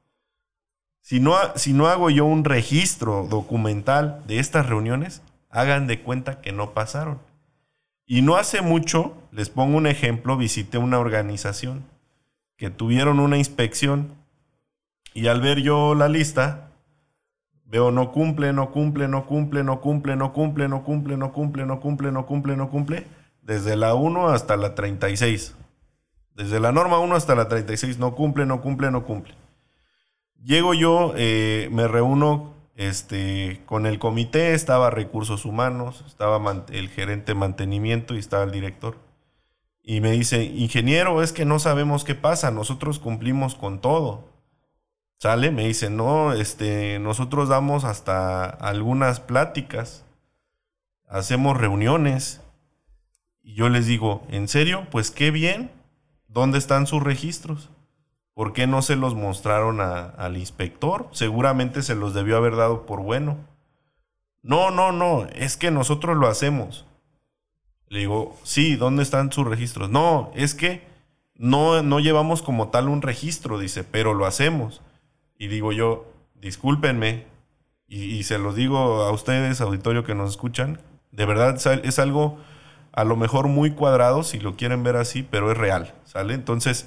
Si no, si no hago yo un registro documental de estas reuniones, hagan de cuenta que no pasaron. Y no hace mucho, les pongo un ejemplo, visité una organización que tuvieron una inspección y al ver yo la lista, veo no cumple, no cumple, no cumple, no cumple, no cumple, no cumple, no cumple, no cumple, no cumple, no cumple, desde la uno hasta la treinta y seis. Desde la norma uno hasta la treinta y seis, no cumple, no cumple, no cumple. Llego yo, eh, me reúno este, con el comité, estaba recursos humanos, estaba el gerente de mantenimiento y estaba el director. Y me dice, ingeniero, es que no sabemos qué pasa, nosotros cumplimos con todo. ¿Sale? Me dice, no, este, nosotros damos hasta algunas pláticas, hacemos reuniones. Y yo les digo, ¿en serio? Pues qué bien. ¿Dónde están sus registros? ¿Por qué no se los mostraron a, al inspector? Seguramente se los debió haber dado por bueno. No, no, no, es que nosotros lo hacemos. Le digo, sí, ¿dónde están sus registros? No, es que no, no llevamos como tal un registro, dice, pero lo hacemos. Y digo yo, discúlpenme, y, y se los digo a ustedes, auditorio que nos escuchan, de verdad es algo a lo mejor muy cuadrado, si lo quieren ver así, pero es real, ¿sale? Entonces,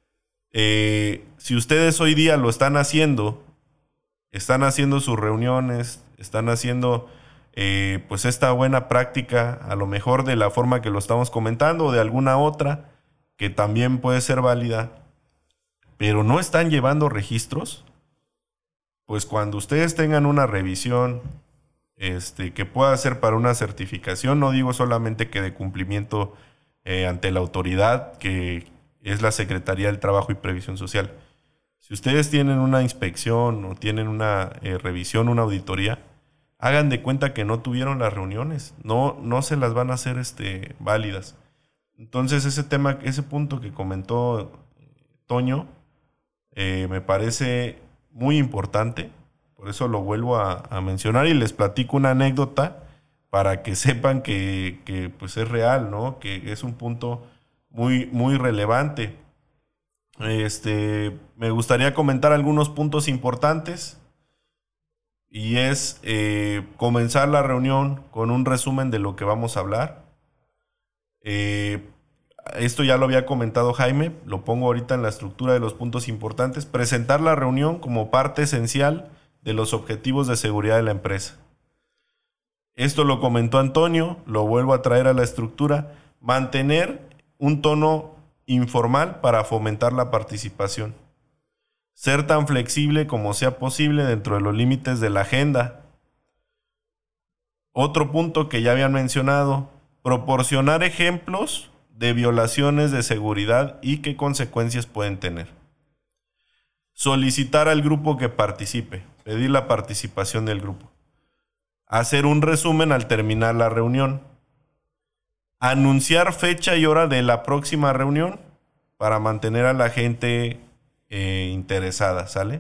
eh, si ustedes hoy día lo están haciendo, están haciendo sus reuniones, están haciendo eh, pues esta buena práctica, a lo mejor de la forma que lo estamos comentando o de alguna otra que también puede ser válida, pero no están llevando registros, pues cuando ustedes tengan una revisión este, que pueda ser para una certificación, no digo solamente que de cumplimiento eh, ante la autoridad, que es la Secretaría del Trabajo y Previsión Social. Si ustedes tienen una inspección o tienen una eh, revisión, una auditoría, hagan de cuenta que no tuvieron las reuniones, no, no se las van a hacer este, válidas. Entonces ese tema, ese punto que comentó Toño, eh, me parece muy importante, por eso lo vuelvo a, a mencionar y les platico una anécdota para que sepan que, que pues es real, ¿no? Que es un punto muy, muy relevante. Este, me gustaría comentar algunos puntos importantes y es eh, comenzar la reunión con un resumen de lo que vamos a hablar. Eh, esto ya lo había comentado Jaime, lo pongo ahorita en la estructura de los puntos importantes. Presentar la reunión como parte esencial de los objetivos de seguridad de la empresa. Esto lo comentó Antonio, lo vuelvo a traer a la estructura. Mantener un tono informal para fomentar la participación. Ser tan flexible como sea posible dentro de los límites de la agenda. Otro punto que ya habían mencionado, proporcionar ejemplos de violaciones de seguridad y qué consecuencias pueden tener. Solicitar al grupo que participe, pedir la participación del grupo. Hacer un resumen al terminar la reunión. Anunciar fecha y hora de la próxima reunión para mantener a la gente eh, interesada, ¿sale?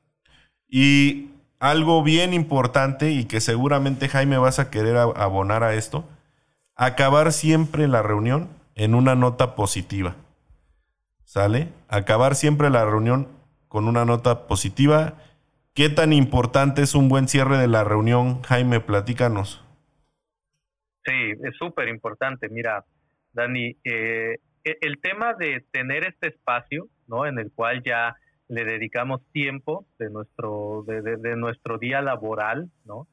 Y algo bien importante y que seguramente Jaime vas a querer abonar a esto, acabar siempre la reunión en una nota positiva, ¿sale? Acabar siempre la reunión con una nota positiva. ¿Qué tan importante es un buen cierre de la reunión, Jaime? Platícanos. Sí, es súper importante. Mira, Dani, eh, el tema de tener este espacio, ¿no? En el cual ya le dedicamos tiempo de nuestro de, de, de nuestro día laboral, ¿no?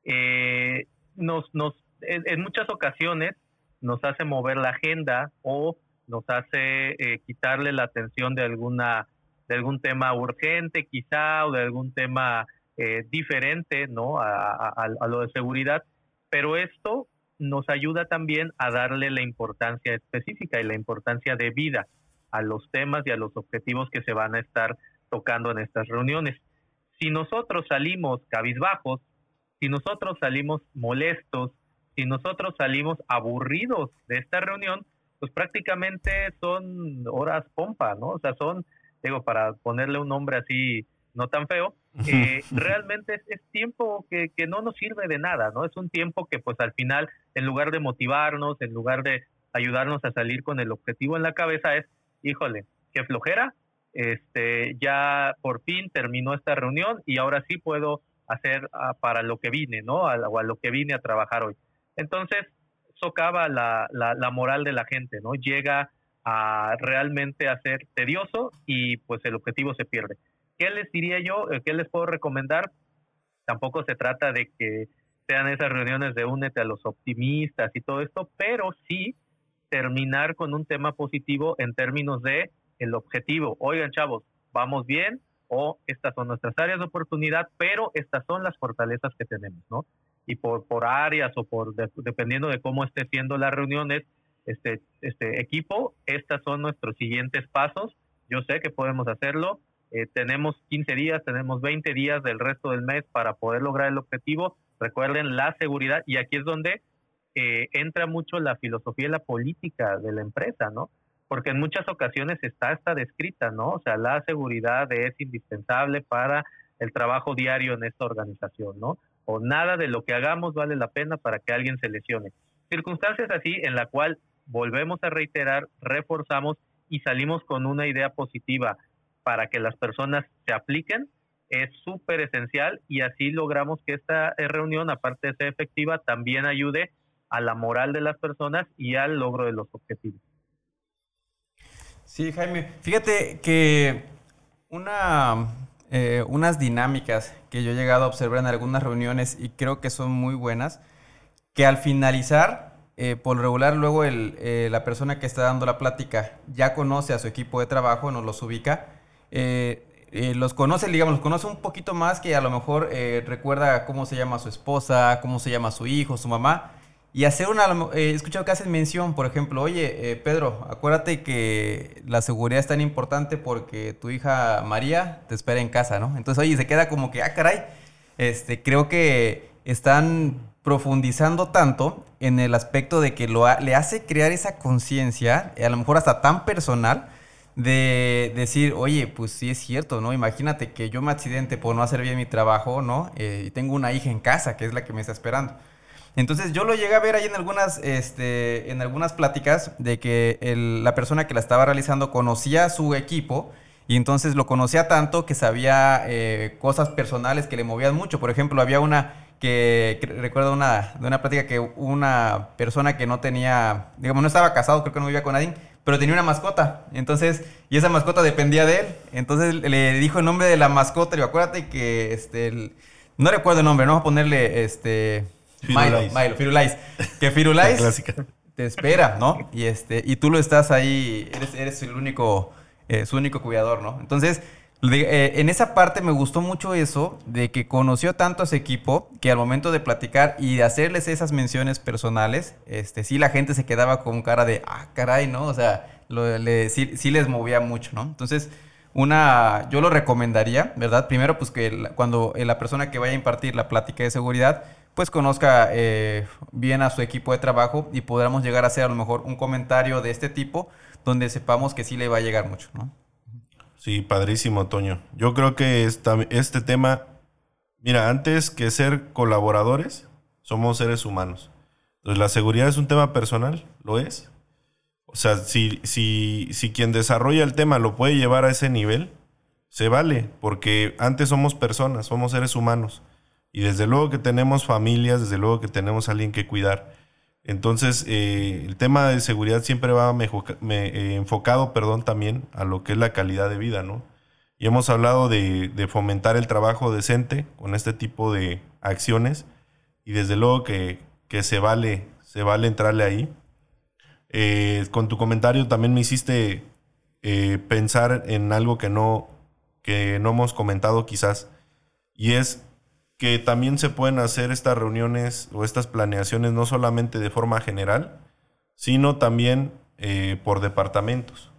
Eh, nos nos en, en muchas ocasiones nos hace mover la agenda o nos hace eh, quitarle la atención de alguna de algún tema urgente quizá o de algún tema eh, diferente, ¿no? A, a, a lo de seguridad, pero esto nos ayuda también a darle la importancia específica y la importancia de vida a los temas y a los objetivos que se van a estar tocando en estas reuniones. Si nosotros salimos cabizbajos, si nosotros salimos molestos, si nosotros salimos aburridos de esta reunión, pues prácticamente son horas pompa, ¿no? O sea, son, digo, para ponerle un nombre así no tan feo, eh, realmente es, es tiempo que, que no nos sirve de nada, ¿no? Es un tiempo que pues al final, en lugar de motivarnos, en lugar de ayudarnos a salir con el objetivo en la cabeza, es, híjole, qué flojera, este, ya por fin terminó esta reunión y ahora sí puedo hacer uh, para lo que vine, ¿no? A, o a lo que vine a trabajar hoy. Entonces, socava la, la, la moral de la gente, ¿no? Llega a realmente a ser tedioso y pues el objetivo se pierde. ¿Qué les diría yo? ¿Qué les puedo recomendar? Tampoco se trata de que sean esas reuniones de únete a los optimistas y todo esto, pero sí terminar con un tema positivo en términos de el objetivo. Oigan, chavos, vamos bien, o estas son nuestras áreas de oportunidad, pero estas son las fortalezas que tenemos, ¿no? Y por, por áreas o por de, dependiendo de cómo esté siendo las reuniones, este, este equipo, estos son nuestros siguientes pasos. Yo sé que podemos hacerlo. Eh, tenemos quince días, tenemos veinte días del resto del mes para poder lograr el objetivo. Recuerden la seguridad, y aquí es donde eh, entra mucho la filosofía y la política de la empresa, ¿no? Porque en muchas ocasiones está hasta descrita, ¿no? O sea, la seguridad es indispensable para el trabajo diario en esta organización, ¿no? O nada de lo que hagamos vale la pena para que alguien se lesione. Circunstancias así en la cual volvemos a reiterar, reforzamos y salimos con una idea positiva para que las personas se apliquen, es súper esencial, y así logramos que esta reunión, aparte de ser efectiva, también ayude a la moral de las personas y al logro de los objetivos. Sí, Jaime, fíjate que una, eh, unas dinámicas que yo he llegado a observar en algunas reuniones y creo que son muy buenas, que al finalizar, eh, por lo regular luego el, eh, la persona que está dando la plática ya conoce a su equipo de trabajo, nos los ubica, eh, eh, los conoce, digamos, los conoce un poquito más, que a lo mejor eh, recuerda cómo se llama su esposa, cómo se llama su hijo, su mamá, y hacer una, eh, he escuchado que hacen mención, por ejemplo, oye, eh, Pedro, acuérdate que la seguridad es tan importante porque tu hija María te espera en casa, ¿no? Entonces, oye, se queda como que, ah, caray, este, creo que están profundizando tanto en el aspecto de que lo ha, le hace crear esa conciencia, a lo mejor hasta tan personal, de decir, oye, pues sí es cierto, ¿no? Imagínate que yo me accidente por no hacer bien mi trabajo, ¿no? Eh, y tengo una hija en casa, que es la que me está esperando. Entonces yo lo llegué a ver ahí en algunas, este, en algunas pláticas de que el- la persona que la estaba realizando conocía a su equipo y entonces lo conocía tanto que sabía eh, cosas personales que le movían mucho. Por ejemplo, había una que, que recuerdo una, de una plática que una persona que no tenía, digamos, no estaba casado, creo que no vivía con nadie, pero tenía una mascota. Entonces, y esa mascota dependía de él. Entonces le dijo el nombre de la mascota. Y acuérdate que, este, el- no recuerdo el nombre, no vamos a ponerle, este... Milo, Firulais. Milo, Firulais. Que La Firulais clásica. te espera, ¿no? Y este, y tú lo estás ahí, eres, eres el único, eh, su único cuidador, ¿no? Entonces, de- eh, en esa parte me gustó mucho eso, de que conoció tanto a su equipo, que al momento de platicar y de hacerles esas menciones personales, este, sí la gente se quedaba con cara de, ah, caray, ¿no? O sea, lo- le- sí, sí les movía mucho, ¿no? Entonces, una, yo lo recomendaría, ¿verdad? Primero, pues que la- cuando eh, la persona que vaya a impartir la plática de seguridad, pues conozca eh, bien a su equipo de trabajo y podamos llegar a hacer a lo mejor un comentario de este tipo donde sepamos que sí le va a llegar mucho, ¿no? Sí, padrísimo, Toño. Yo creo que esta- este tema, mira, antes que ser colaboradores, somos seres humanos. Entonces, la seguridad es un tema personal, lo es. O sea, si, si, si quien desarrolla el tema lo puede llevar a ese nivel, se vale, porque antes somos personas, somos seres humanos. Y desde luego que tenemos familias, desde luego que tenemos a alguien que cuidar. Entonces, eh, el tema de seguridad siempre va mejoca- me- eh, enfocado, perdón, también a lo que es la calidad de vida, ¿no? Y hemos hablado de, de fomentar el trabajo decente con este tipo de acciones. Y desde luego que, que se vale, se vale entrarle ahí. Eh, con tu comentario también me hiciste eh, pensar en algo que no, que no hemos comentado quizás, y es que también se pueden hacer estas reuniones o estas planeaciones no solamente de forma general, sino también eh, por departamentos.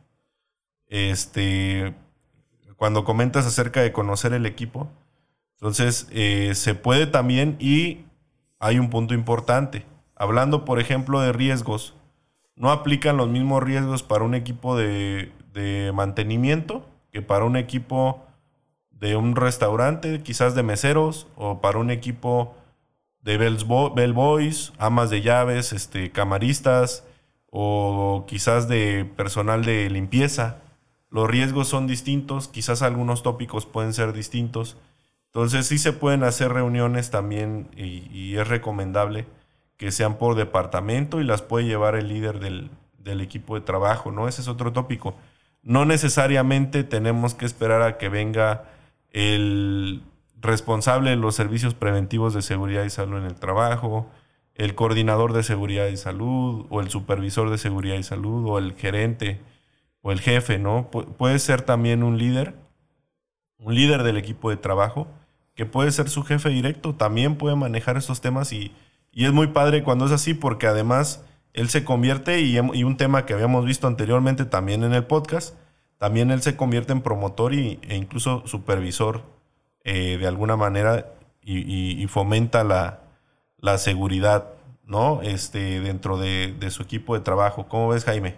Este, cuando comentas acerca de conocer el equipo, entonces eh, se puede también, y hay un punto importante, hablando por ejemplo de riesgos. No aplican los mismos riesgos para un equipo de, de mantenimiento que para un equipo de un restaurante, quizás de meseros, o para un equipo de bellsbo- bellboys, amas de llaves, este, camaristas, o quizás de personal de limpieza. Los riesgos son distintos, quizás algunos tópicos pueden ser distintos. Entonces sí se pueden hacer reuniones también, y, y es recomendable que sean por departamento, y las puede llevar el líder del, del equipo de trabajo, ¿no? Ese es otro tópico. No necesariamente tenemos que esperar a que venga el responsable de los servicios preventivos de seguridad y salud en el trabajo, el coordinador de seguridad y salud, o el supervisor de seguridad y salud, o el gerente, o el jefe, ¿no? Pu- puede ser también un líder, un líder del equipo de trabajo, que puede ser su jefe directo, también puede manejar estos temas, y, y es muy padre cuando es así, porque además él se convierte, y, hem- y un tema que habíamos visto anteriormente también en el podcast, también él se convierte en promotor y, e incluso supervisor eh, de alguna manera, y, y- y fomenta la, la seguridad, ¿no? Este, dentro de, de su equipo de trabajo. ¿Cómo ves, Jaime?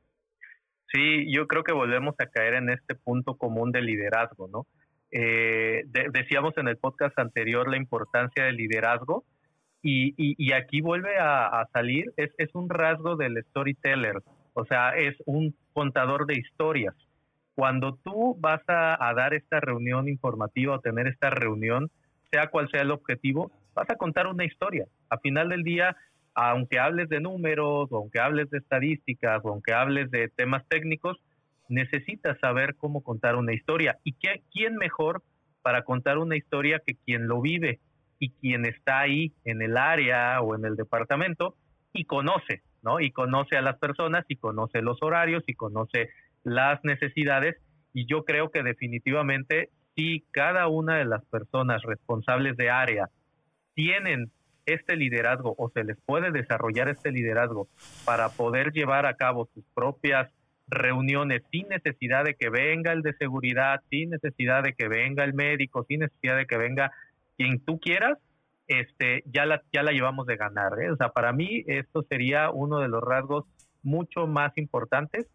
Sí, yo creo que volvemos a caer en este punto común del liderazgo, ¿no? Eh, de- decíamos en el podcast anterior la importancia del liderazgo y, y, y aquí vuelve a, a salir, es, es un rasgo del storyteller, o sea, es un contador de historias. Cuando tú vas a, a dar esta reunión informativa o tener esta reunión, sea cual sea el objetivo, vas a contar una historia. A final del día, aunque hables de números, o aunque hables de estadísticas, o aunque hables de temas técnicos, necesitas saber cómo contar una historia. ¿Y qué, quién mejor para contar una historia que quien lo vive y quien está ahí en el área o en el departamento y conoce, ¿no? Y conoce a las personas, y conoce los horarios, y conoce las necesidades, y yo creo que definitivamente si cada una de las personas responsables de área tienen este liderazgo o se les puede desarrollar este liderazgo para poder llevar a cabo sus propias reuniones sin necesidad de que venga el de seguridad, sin necesidad de que venga el médico, sin necesidad de que venga quien tú quieras, este, ya la, ya la llevamos de ganar, ¿eh? O sea, para mí esto sería uno de los rasgos mucho más importantes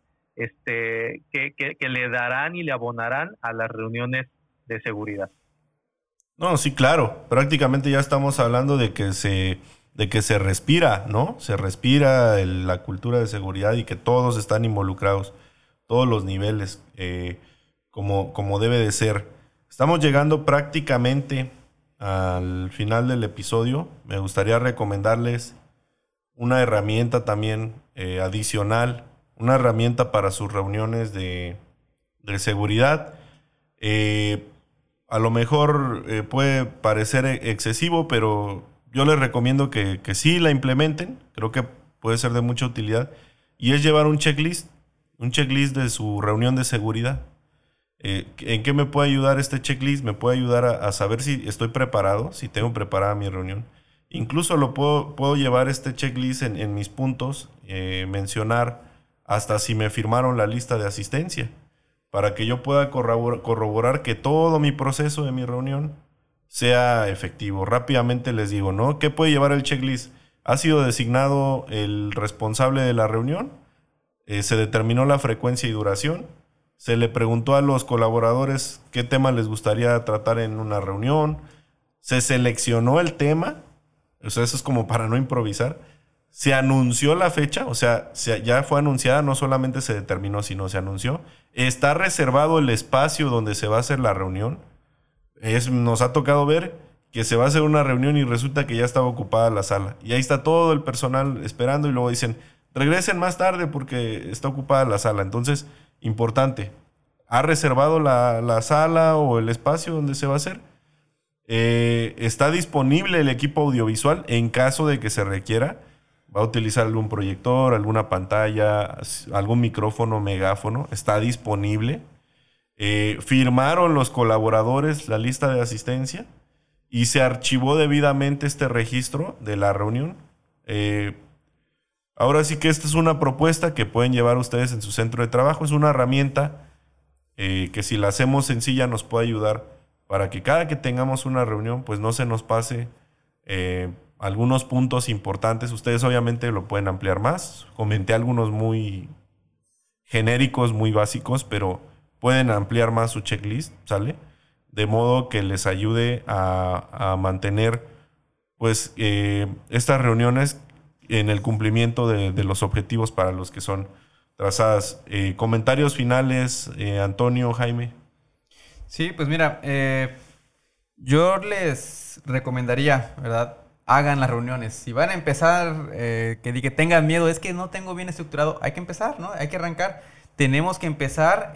este, que, que, que le darán y le abonarán a las reuniones de seguridad. No, sí, claro. Prácticamente ya estamos hablando de que se, de que se respira, ¿no? Se respira el, la cultura de seguridad y que todos están involucrados, todos los niveles, eh, como, como debe de ser. Estamos llegando prácticamente al final del episodio. Me gustaría recomendarles una herramienta también eh, adicional, una herramienta para sus reuniones de, de seguridad. Eh, a lo mejor eh, puede parecer excesivo, pero yo les recomiendo que, que sí la implementen. Creo que puede ser de mucha utilidad. Y es llevar un checklist, un checklist de su reunión de seguridad. Eh, ¿En qué me puede ayudar este checklist? Me puede ayudar a, a saber si estoy preparado, si tengo preparada mi reunión. Incluso lo puedo, puedo llevar este checklist en, en mis puntos, eh, mencionar hasta si me firmaron la lista de asistencia, para que yo pueda corroborar, corroborar que todo mi proceso de mi reunión sea efectivo. Rápidamente les digo, ¿no? ¿Qué puede llevar el checklist? ¿Ha sido designado el responsable de la reunión? Eh, ¿Se determinó la frecuencia y duración? ¿Se le preguntó a los colaboradores qué tema les gustaría tratar en una reunión? ¿Se seleccionó el tema? O sea, eso es como para no improvisar. ¿Se anunció la fecha? O sea, se, ya fue anunciada, no solamente se determinó, sino se anunció. ¿Está reservado el espacio donde se va a hacer la reunión? Es, nos ha tocado ver que se va a hacer una reunión y resulta que ya estaba ocupada la sala. Y ahí está todo el personal esperando y luego dicen, regresen más tarde porque está ocupada la sala. Entonces, importante, ¿ha reservado la, la sala o el espacio donde se va a hacer? Eh, ¿Está disponible el equipo audiovisual en caso de que se requiera? ¿Va a utilizar algún proyector, alguna pantalla, algún micrófono, megáfono? ¿Está disponible? Eh, ¿Firmaron los colaboradores la lista de asistencia? ¿Y se archivó debidamente este registro de la reunión? Eh, ahora sí que esta es una propuesta que pueden llevar ustedes en su centro de trabajo. Es una herramienta eh, que si la hacemos sencilla nos puede ayudar para que cada que tengamos una reunión pues no se nos pase eh, algunos puntos importantes. Ustedes obviamente lo pueden ampliar más. Comenté algunos muy genéricos, muy básicos, pero pueden ampliar más su checklist, ¿sale? De modo que les ayude a, a mantener pues eh, estas reuniones en el cumplimiento de, de los objetivos para los que son trazadas. Eh, comentarios finales, eh, Antonio, Jaime. Sí, pues mira, eh, yo les recomendaría, ¿verdad? Hagan las reuniones. Si van a empezar, eh, que, que tengan miedo, es que no tengo bien estructurado, hay que empezar, ¿no? Hay que arrancar. Tenemos que empezar,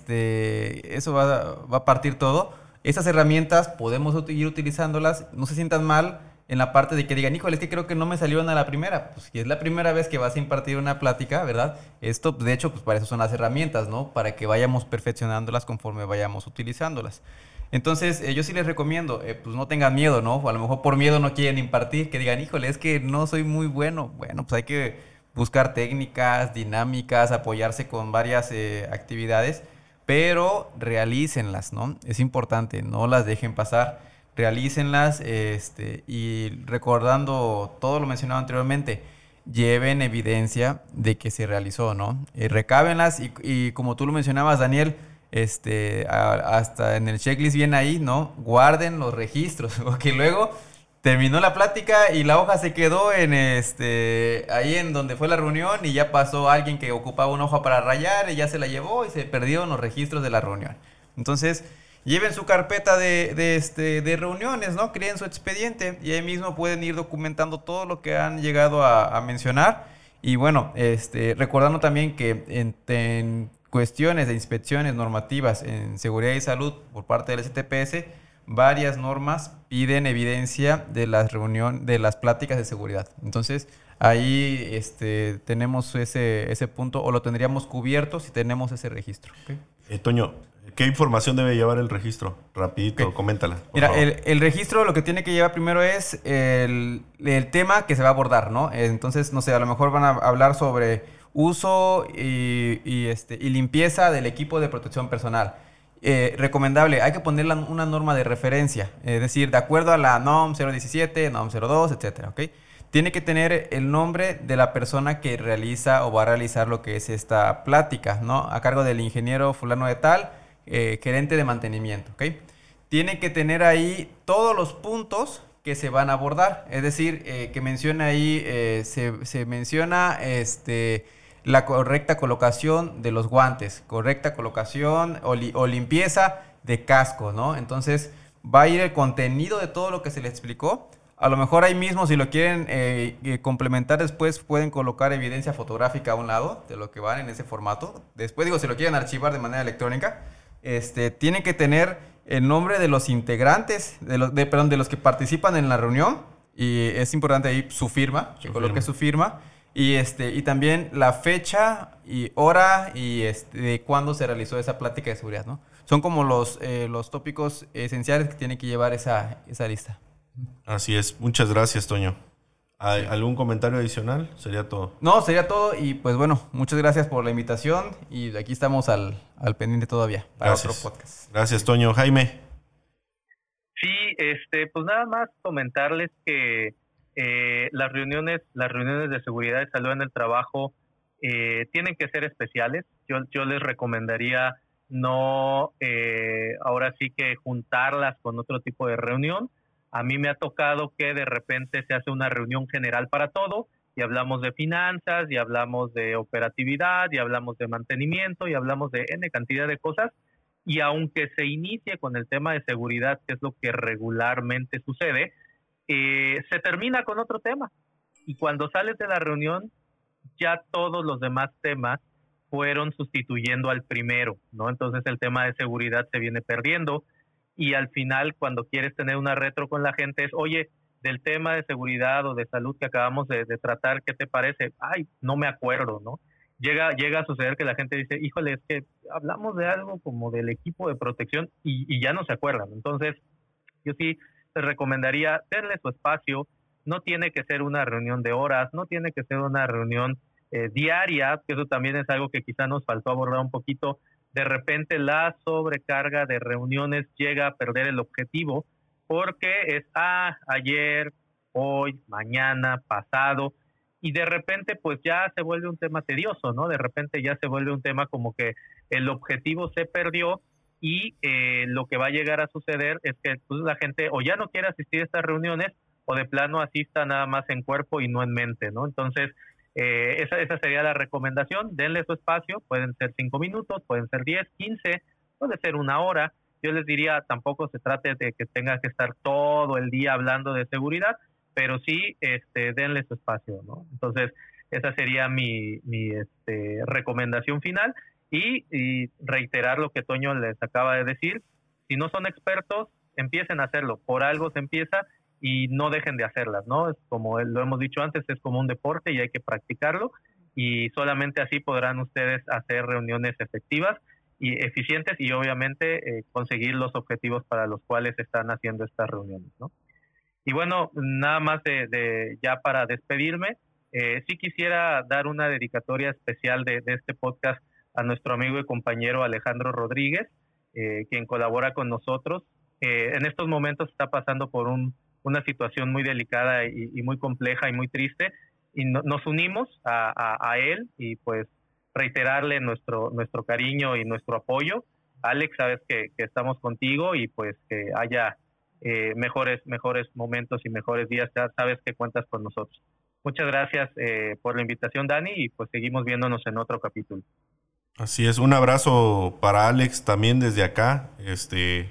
este, eso va, va a partir todo. Estas herramientas podemos ir utilizándolas, no se sientan mal en la parte de que digan, híjole, es que creo que no me salieron a la primera. Pues si es la primera vez que vas a impartir una plática, ¿verdad? Esto, de hecho, pues para eso son las herramientas, ¿no? Para que vayamos perfeccionándolas conforme vayamos utilizándolas. Entonces, eh, yo sí les recomiendo, eh, pues no tengan miedo, ¿no? O a lo mejor por miedo no quieren impartir, que digan, híjole, es que no soy muy bueno. Bueno, pues hay que buscar técnicas, dinámicas, apoyarse con varias eh, actividades, pero realícenlas, ¿no? Es importante, no las dejen pasar, realícenlas, este, y recordando todo lo mencionado anteriormente, lleven evidencia de que se realizó, ¿no? Eh, recábenlas y, y como tú lo mencionabas, Daniel, este, a, hasta en el checklist viene ahí, ¿no? Guarden los registros, porque luego terminó la plática y la hoja se quedó en este, ahí en donde fue la reunión y ya pasó alguien que ocupaba una hoja para rayar y ya se la llevó y se perdieron los registros de la reunión. Entonces, lleven su carpeta de, de, este, de reuniones, ¿no? Creen su expediente y ahí mismo pueden ir documentando todo lo que han llegado a, a mencionar. Y bueno, este, recordando también que en, en cuestiones de inspecciones normativas en seguridad y salud por parte del S T P S, varias normas piden evidencia de las reuniones, de las pláticas de seguridad. Entonces, ahí este, tenemos ese, ese punto, o lo tendríamos cubierto si tenemos ese registro. ¿Okay? Eh, Toño, ¿qué información debe llevar el registro? Rapidito, okay. Coméntala. Mira, el, el registro lo que tiene que llevar primero es el, el tema que se va a abordar, ¿no? Entonces, no sé, a lo mejor van a hablar sobre uso y, y, este, y limpieza del equipo de protección personal. Eh, recomendable, hay que poner una norma de referencia, es decir, de acuerdo a la NOM cero diecisiete, NOM cero dos, etcétera, ¿ok? tiene que tener el nombre de la persona que realiza o va a realizar lo que es esta plática, ¿no? A cargo del ingeniero fulano de tal, eh, gerente de mantenimiento, ¿ok? Tiene que tener ahí todos los puntos que se van a abordar, es decir, eh, que menciona ahí, eh, se, se menciona este, la correcta colocación de los guantes, correcta colocación o, li, o limpieza de casco, ¿no? Entonces va a ir el contenido de todo lo que se le explicó. A lo mejor ahí mismo, si lo quieren eh, eh, complementar después, pueden colocar evidencia fotográfica a un lado de lo que van en ese formato. Después, digo, si lo quieren archivar de manera electrónica, este, tiene que tener el nombre de los integrantes, de los, de, perdón, de los que participan en la reunión. Y es importante ahí su firma, que coloque su firma. Y, este, y también la fecha y hora y este, de cuándo se realizó esa plática de seguridad, ¿no? Son como los, eh, los tópicos esenciales que tiene que llevar esa, esa lista. Así es. Muchas gracias, Toño. ¿Hay algún comentario adicional? Sería todo. No, sería todo. Y pues bueno, muchas gracias por la invitación. Y aquí estamos al, al pendiente todavía para gracias. otro podcast. Gracias, Toño. Jaime. Sí, este, pues nada más comentarles que eh, las reuniones, las reuniones de seguridad y salud en el trabajo eh, tienen que ser especiales. Yo, yo les recomendaría no, eh, ahora sí que juntarlas con otro tipo de reunión. A mí me ha tocado que de repente se hace una reunión general para todo y hablamos de finanzas, y hablamos de operatividad, y hablamos de mantenimiento, y hablamos de N cantidad de cosas. Y aunque se inicie con el tema de seguridad, que es lo que regularmente sucede, eh, se termina con otro tema. Y cuando sales de la reunión, ya todos los demás temas fueron sustituyendo al primero, ¿no? Entonces el tema de seguridad se viene perdiendo. Y al final, cuando quieres tener una retro con la gente, es, oye, del tema de seguridad o de salud que acabamos de, de tratar, ¿qué te parece? Ay, no me acuerdo, ¿no? Llega, llega a suceder que la gente dice, híjole, es que hablamos de algo como del equipo de protección y, y ya no se acuerdan. Entonces, yo sí les recomendaría, denle su espacio. No tiene que ser una reunión de horas, no tiene que ser una reunión eh, diaria, que eso también es algo que quizá nos faltó abordar un poquito. De repente la sobrecarga de reuniones llega a perder el objetivo porque es, ah, ayer, hoy, mañana, pasado, y de repente pues ya se vuelve un tema tedioso, ¿no? De repente ya se vuelve un tema como que el objetivo se perdió y eh, lo que va a llegar a suceder es que pues, la gente o ya no quiere asistir a estas reuniones o de plano asista nada más en cuerpo y no en mente, ¿no? Entonces, Eh, esa, esa sería la recomendación. Denle su espacio, pueden ser cinco minutos, pueden ser diez, quince, puede ser una hora. Yo les diría, tampoco se trate de que tenga que estar todo el día hablando de seguridad, pero sí este, denle su espacio, ¿no? Entonces, esa sería mi, mi este, recomendación final y, y reiterar lo que Toño les acaba de decir. Si no son expertos, empiecen a hacerlo. Por algo se empieza y no dejen de hacerlas, ¿no? Es como lo hemos dicho antes, es como un deporte y hay que practicarlo y solamente así podrán ustedes hacer reuniones efectivas y eficientes y obviamente eh, conseguir los objetivos para los cuales están haciendo estas reuniones, ¿no? Y bueno, nada más de, de ya para despedirme, eh, sí quisiera dar una dedicatoria especial de, de este podcast a nuestro amigo y compañero Alejandro Rodríguez, eh, quien colabora con nosotros. Eh, en estos momentos está pasando por un una situación muy delicada y, y muy compleja y muy triste, y no, nos unimos a, a, a él y pues reiterarle nuestro, nuestro cariño y nuestro apoyo. Alex, sabes que, que estamos contigo y pues que haya eh, mejores, mejores momentos y mejores días, ya sabes que cuentas con nosotros. Muchas gracias eh, por la invitación, Dani, y pues seguimos viéndonos en otro capítulo. Así es, un abrazo para Alex también desde acá, este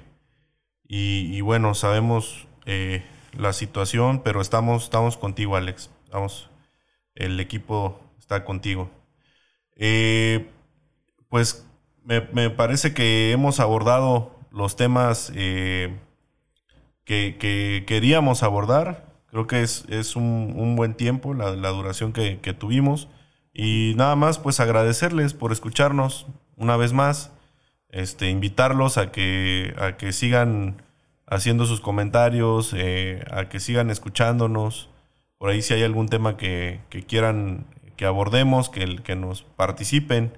y, y bueno, sabemos eh, la situación, pero estamos, estamos contigo, Alex. Estamos, el equipo está contigo. Eh, pues me, me parece que hemos abordado los temas eh, que, que queríamos abordar. Creo que es, es un, un buen tiempo, la, la duración que, que tuvimos. Y nada más, pues agradecerles por escucharnos una vez más. Este, invitarlos a que, a que sigan haciendo sus comentarios, eh, a que sigan escuchándonos. Por ahí si hay algún tema que, que quieran que abordemos, que, que nos participen.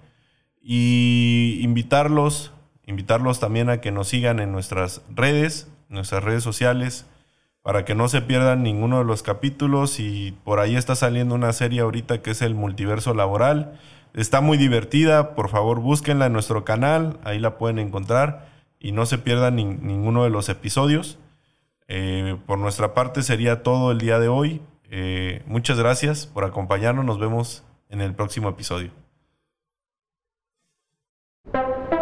Y invitarlos, invitarlos también a que nos sigan en nuestras redes, nuestras redes sociales, para que no se pierdan ninguno de los capítulos. Y por ahí está saliendo una serie ahorita que es el Multiverso Laboral. Está muy divertida, por favor búsquenla en nuestro canal, ahí la pueden encontrar y no se pierdan ni, ninguno de los episodios. Eh, por nuestra parte sería todo el día de hoy. Eh, muchas gracias por acompañarnos, nos vemos en el próximo episodio.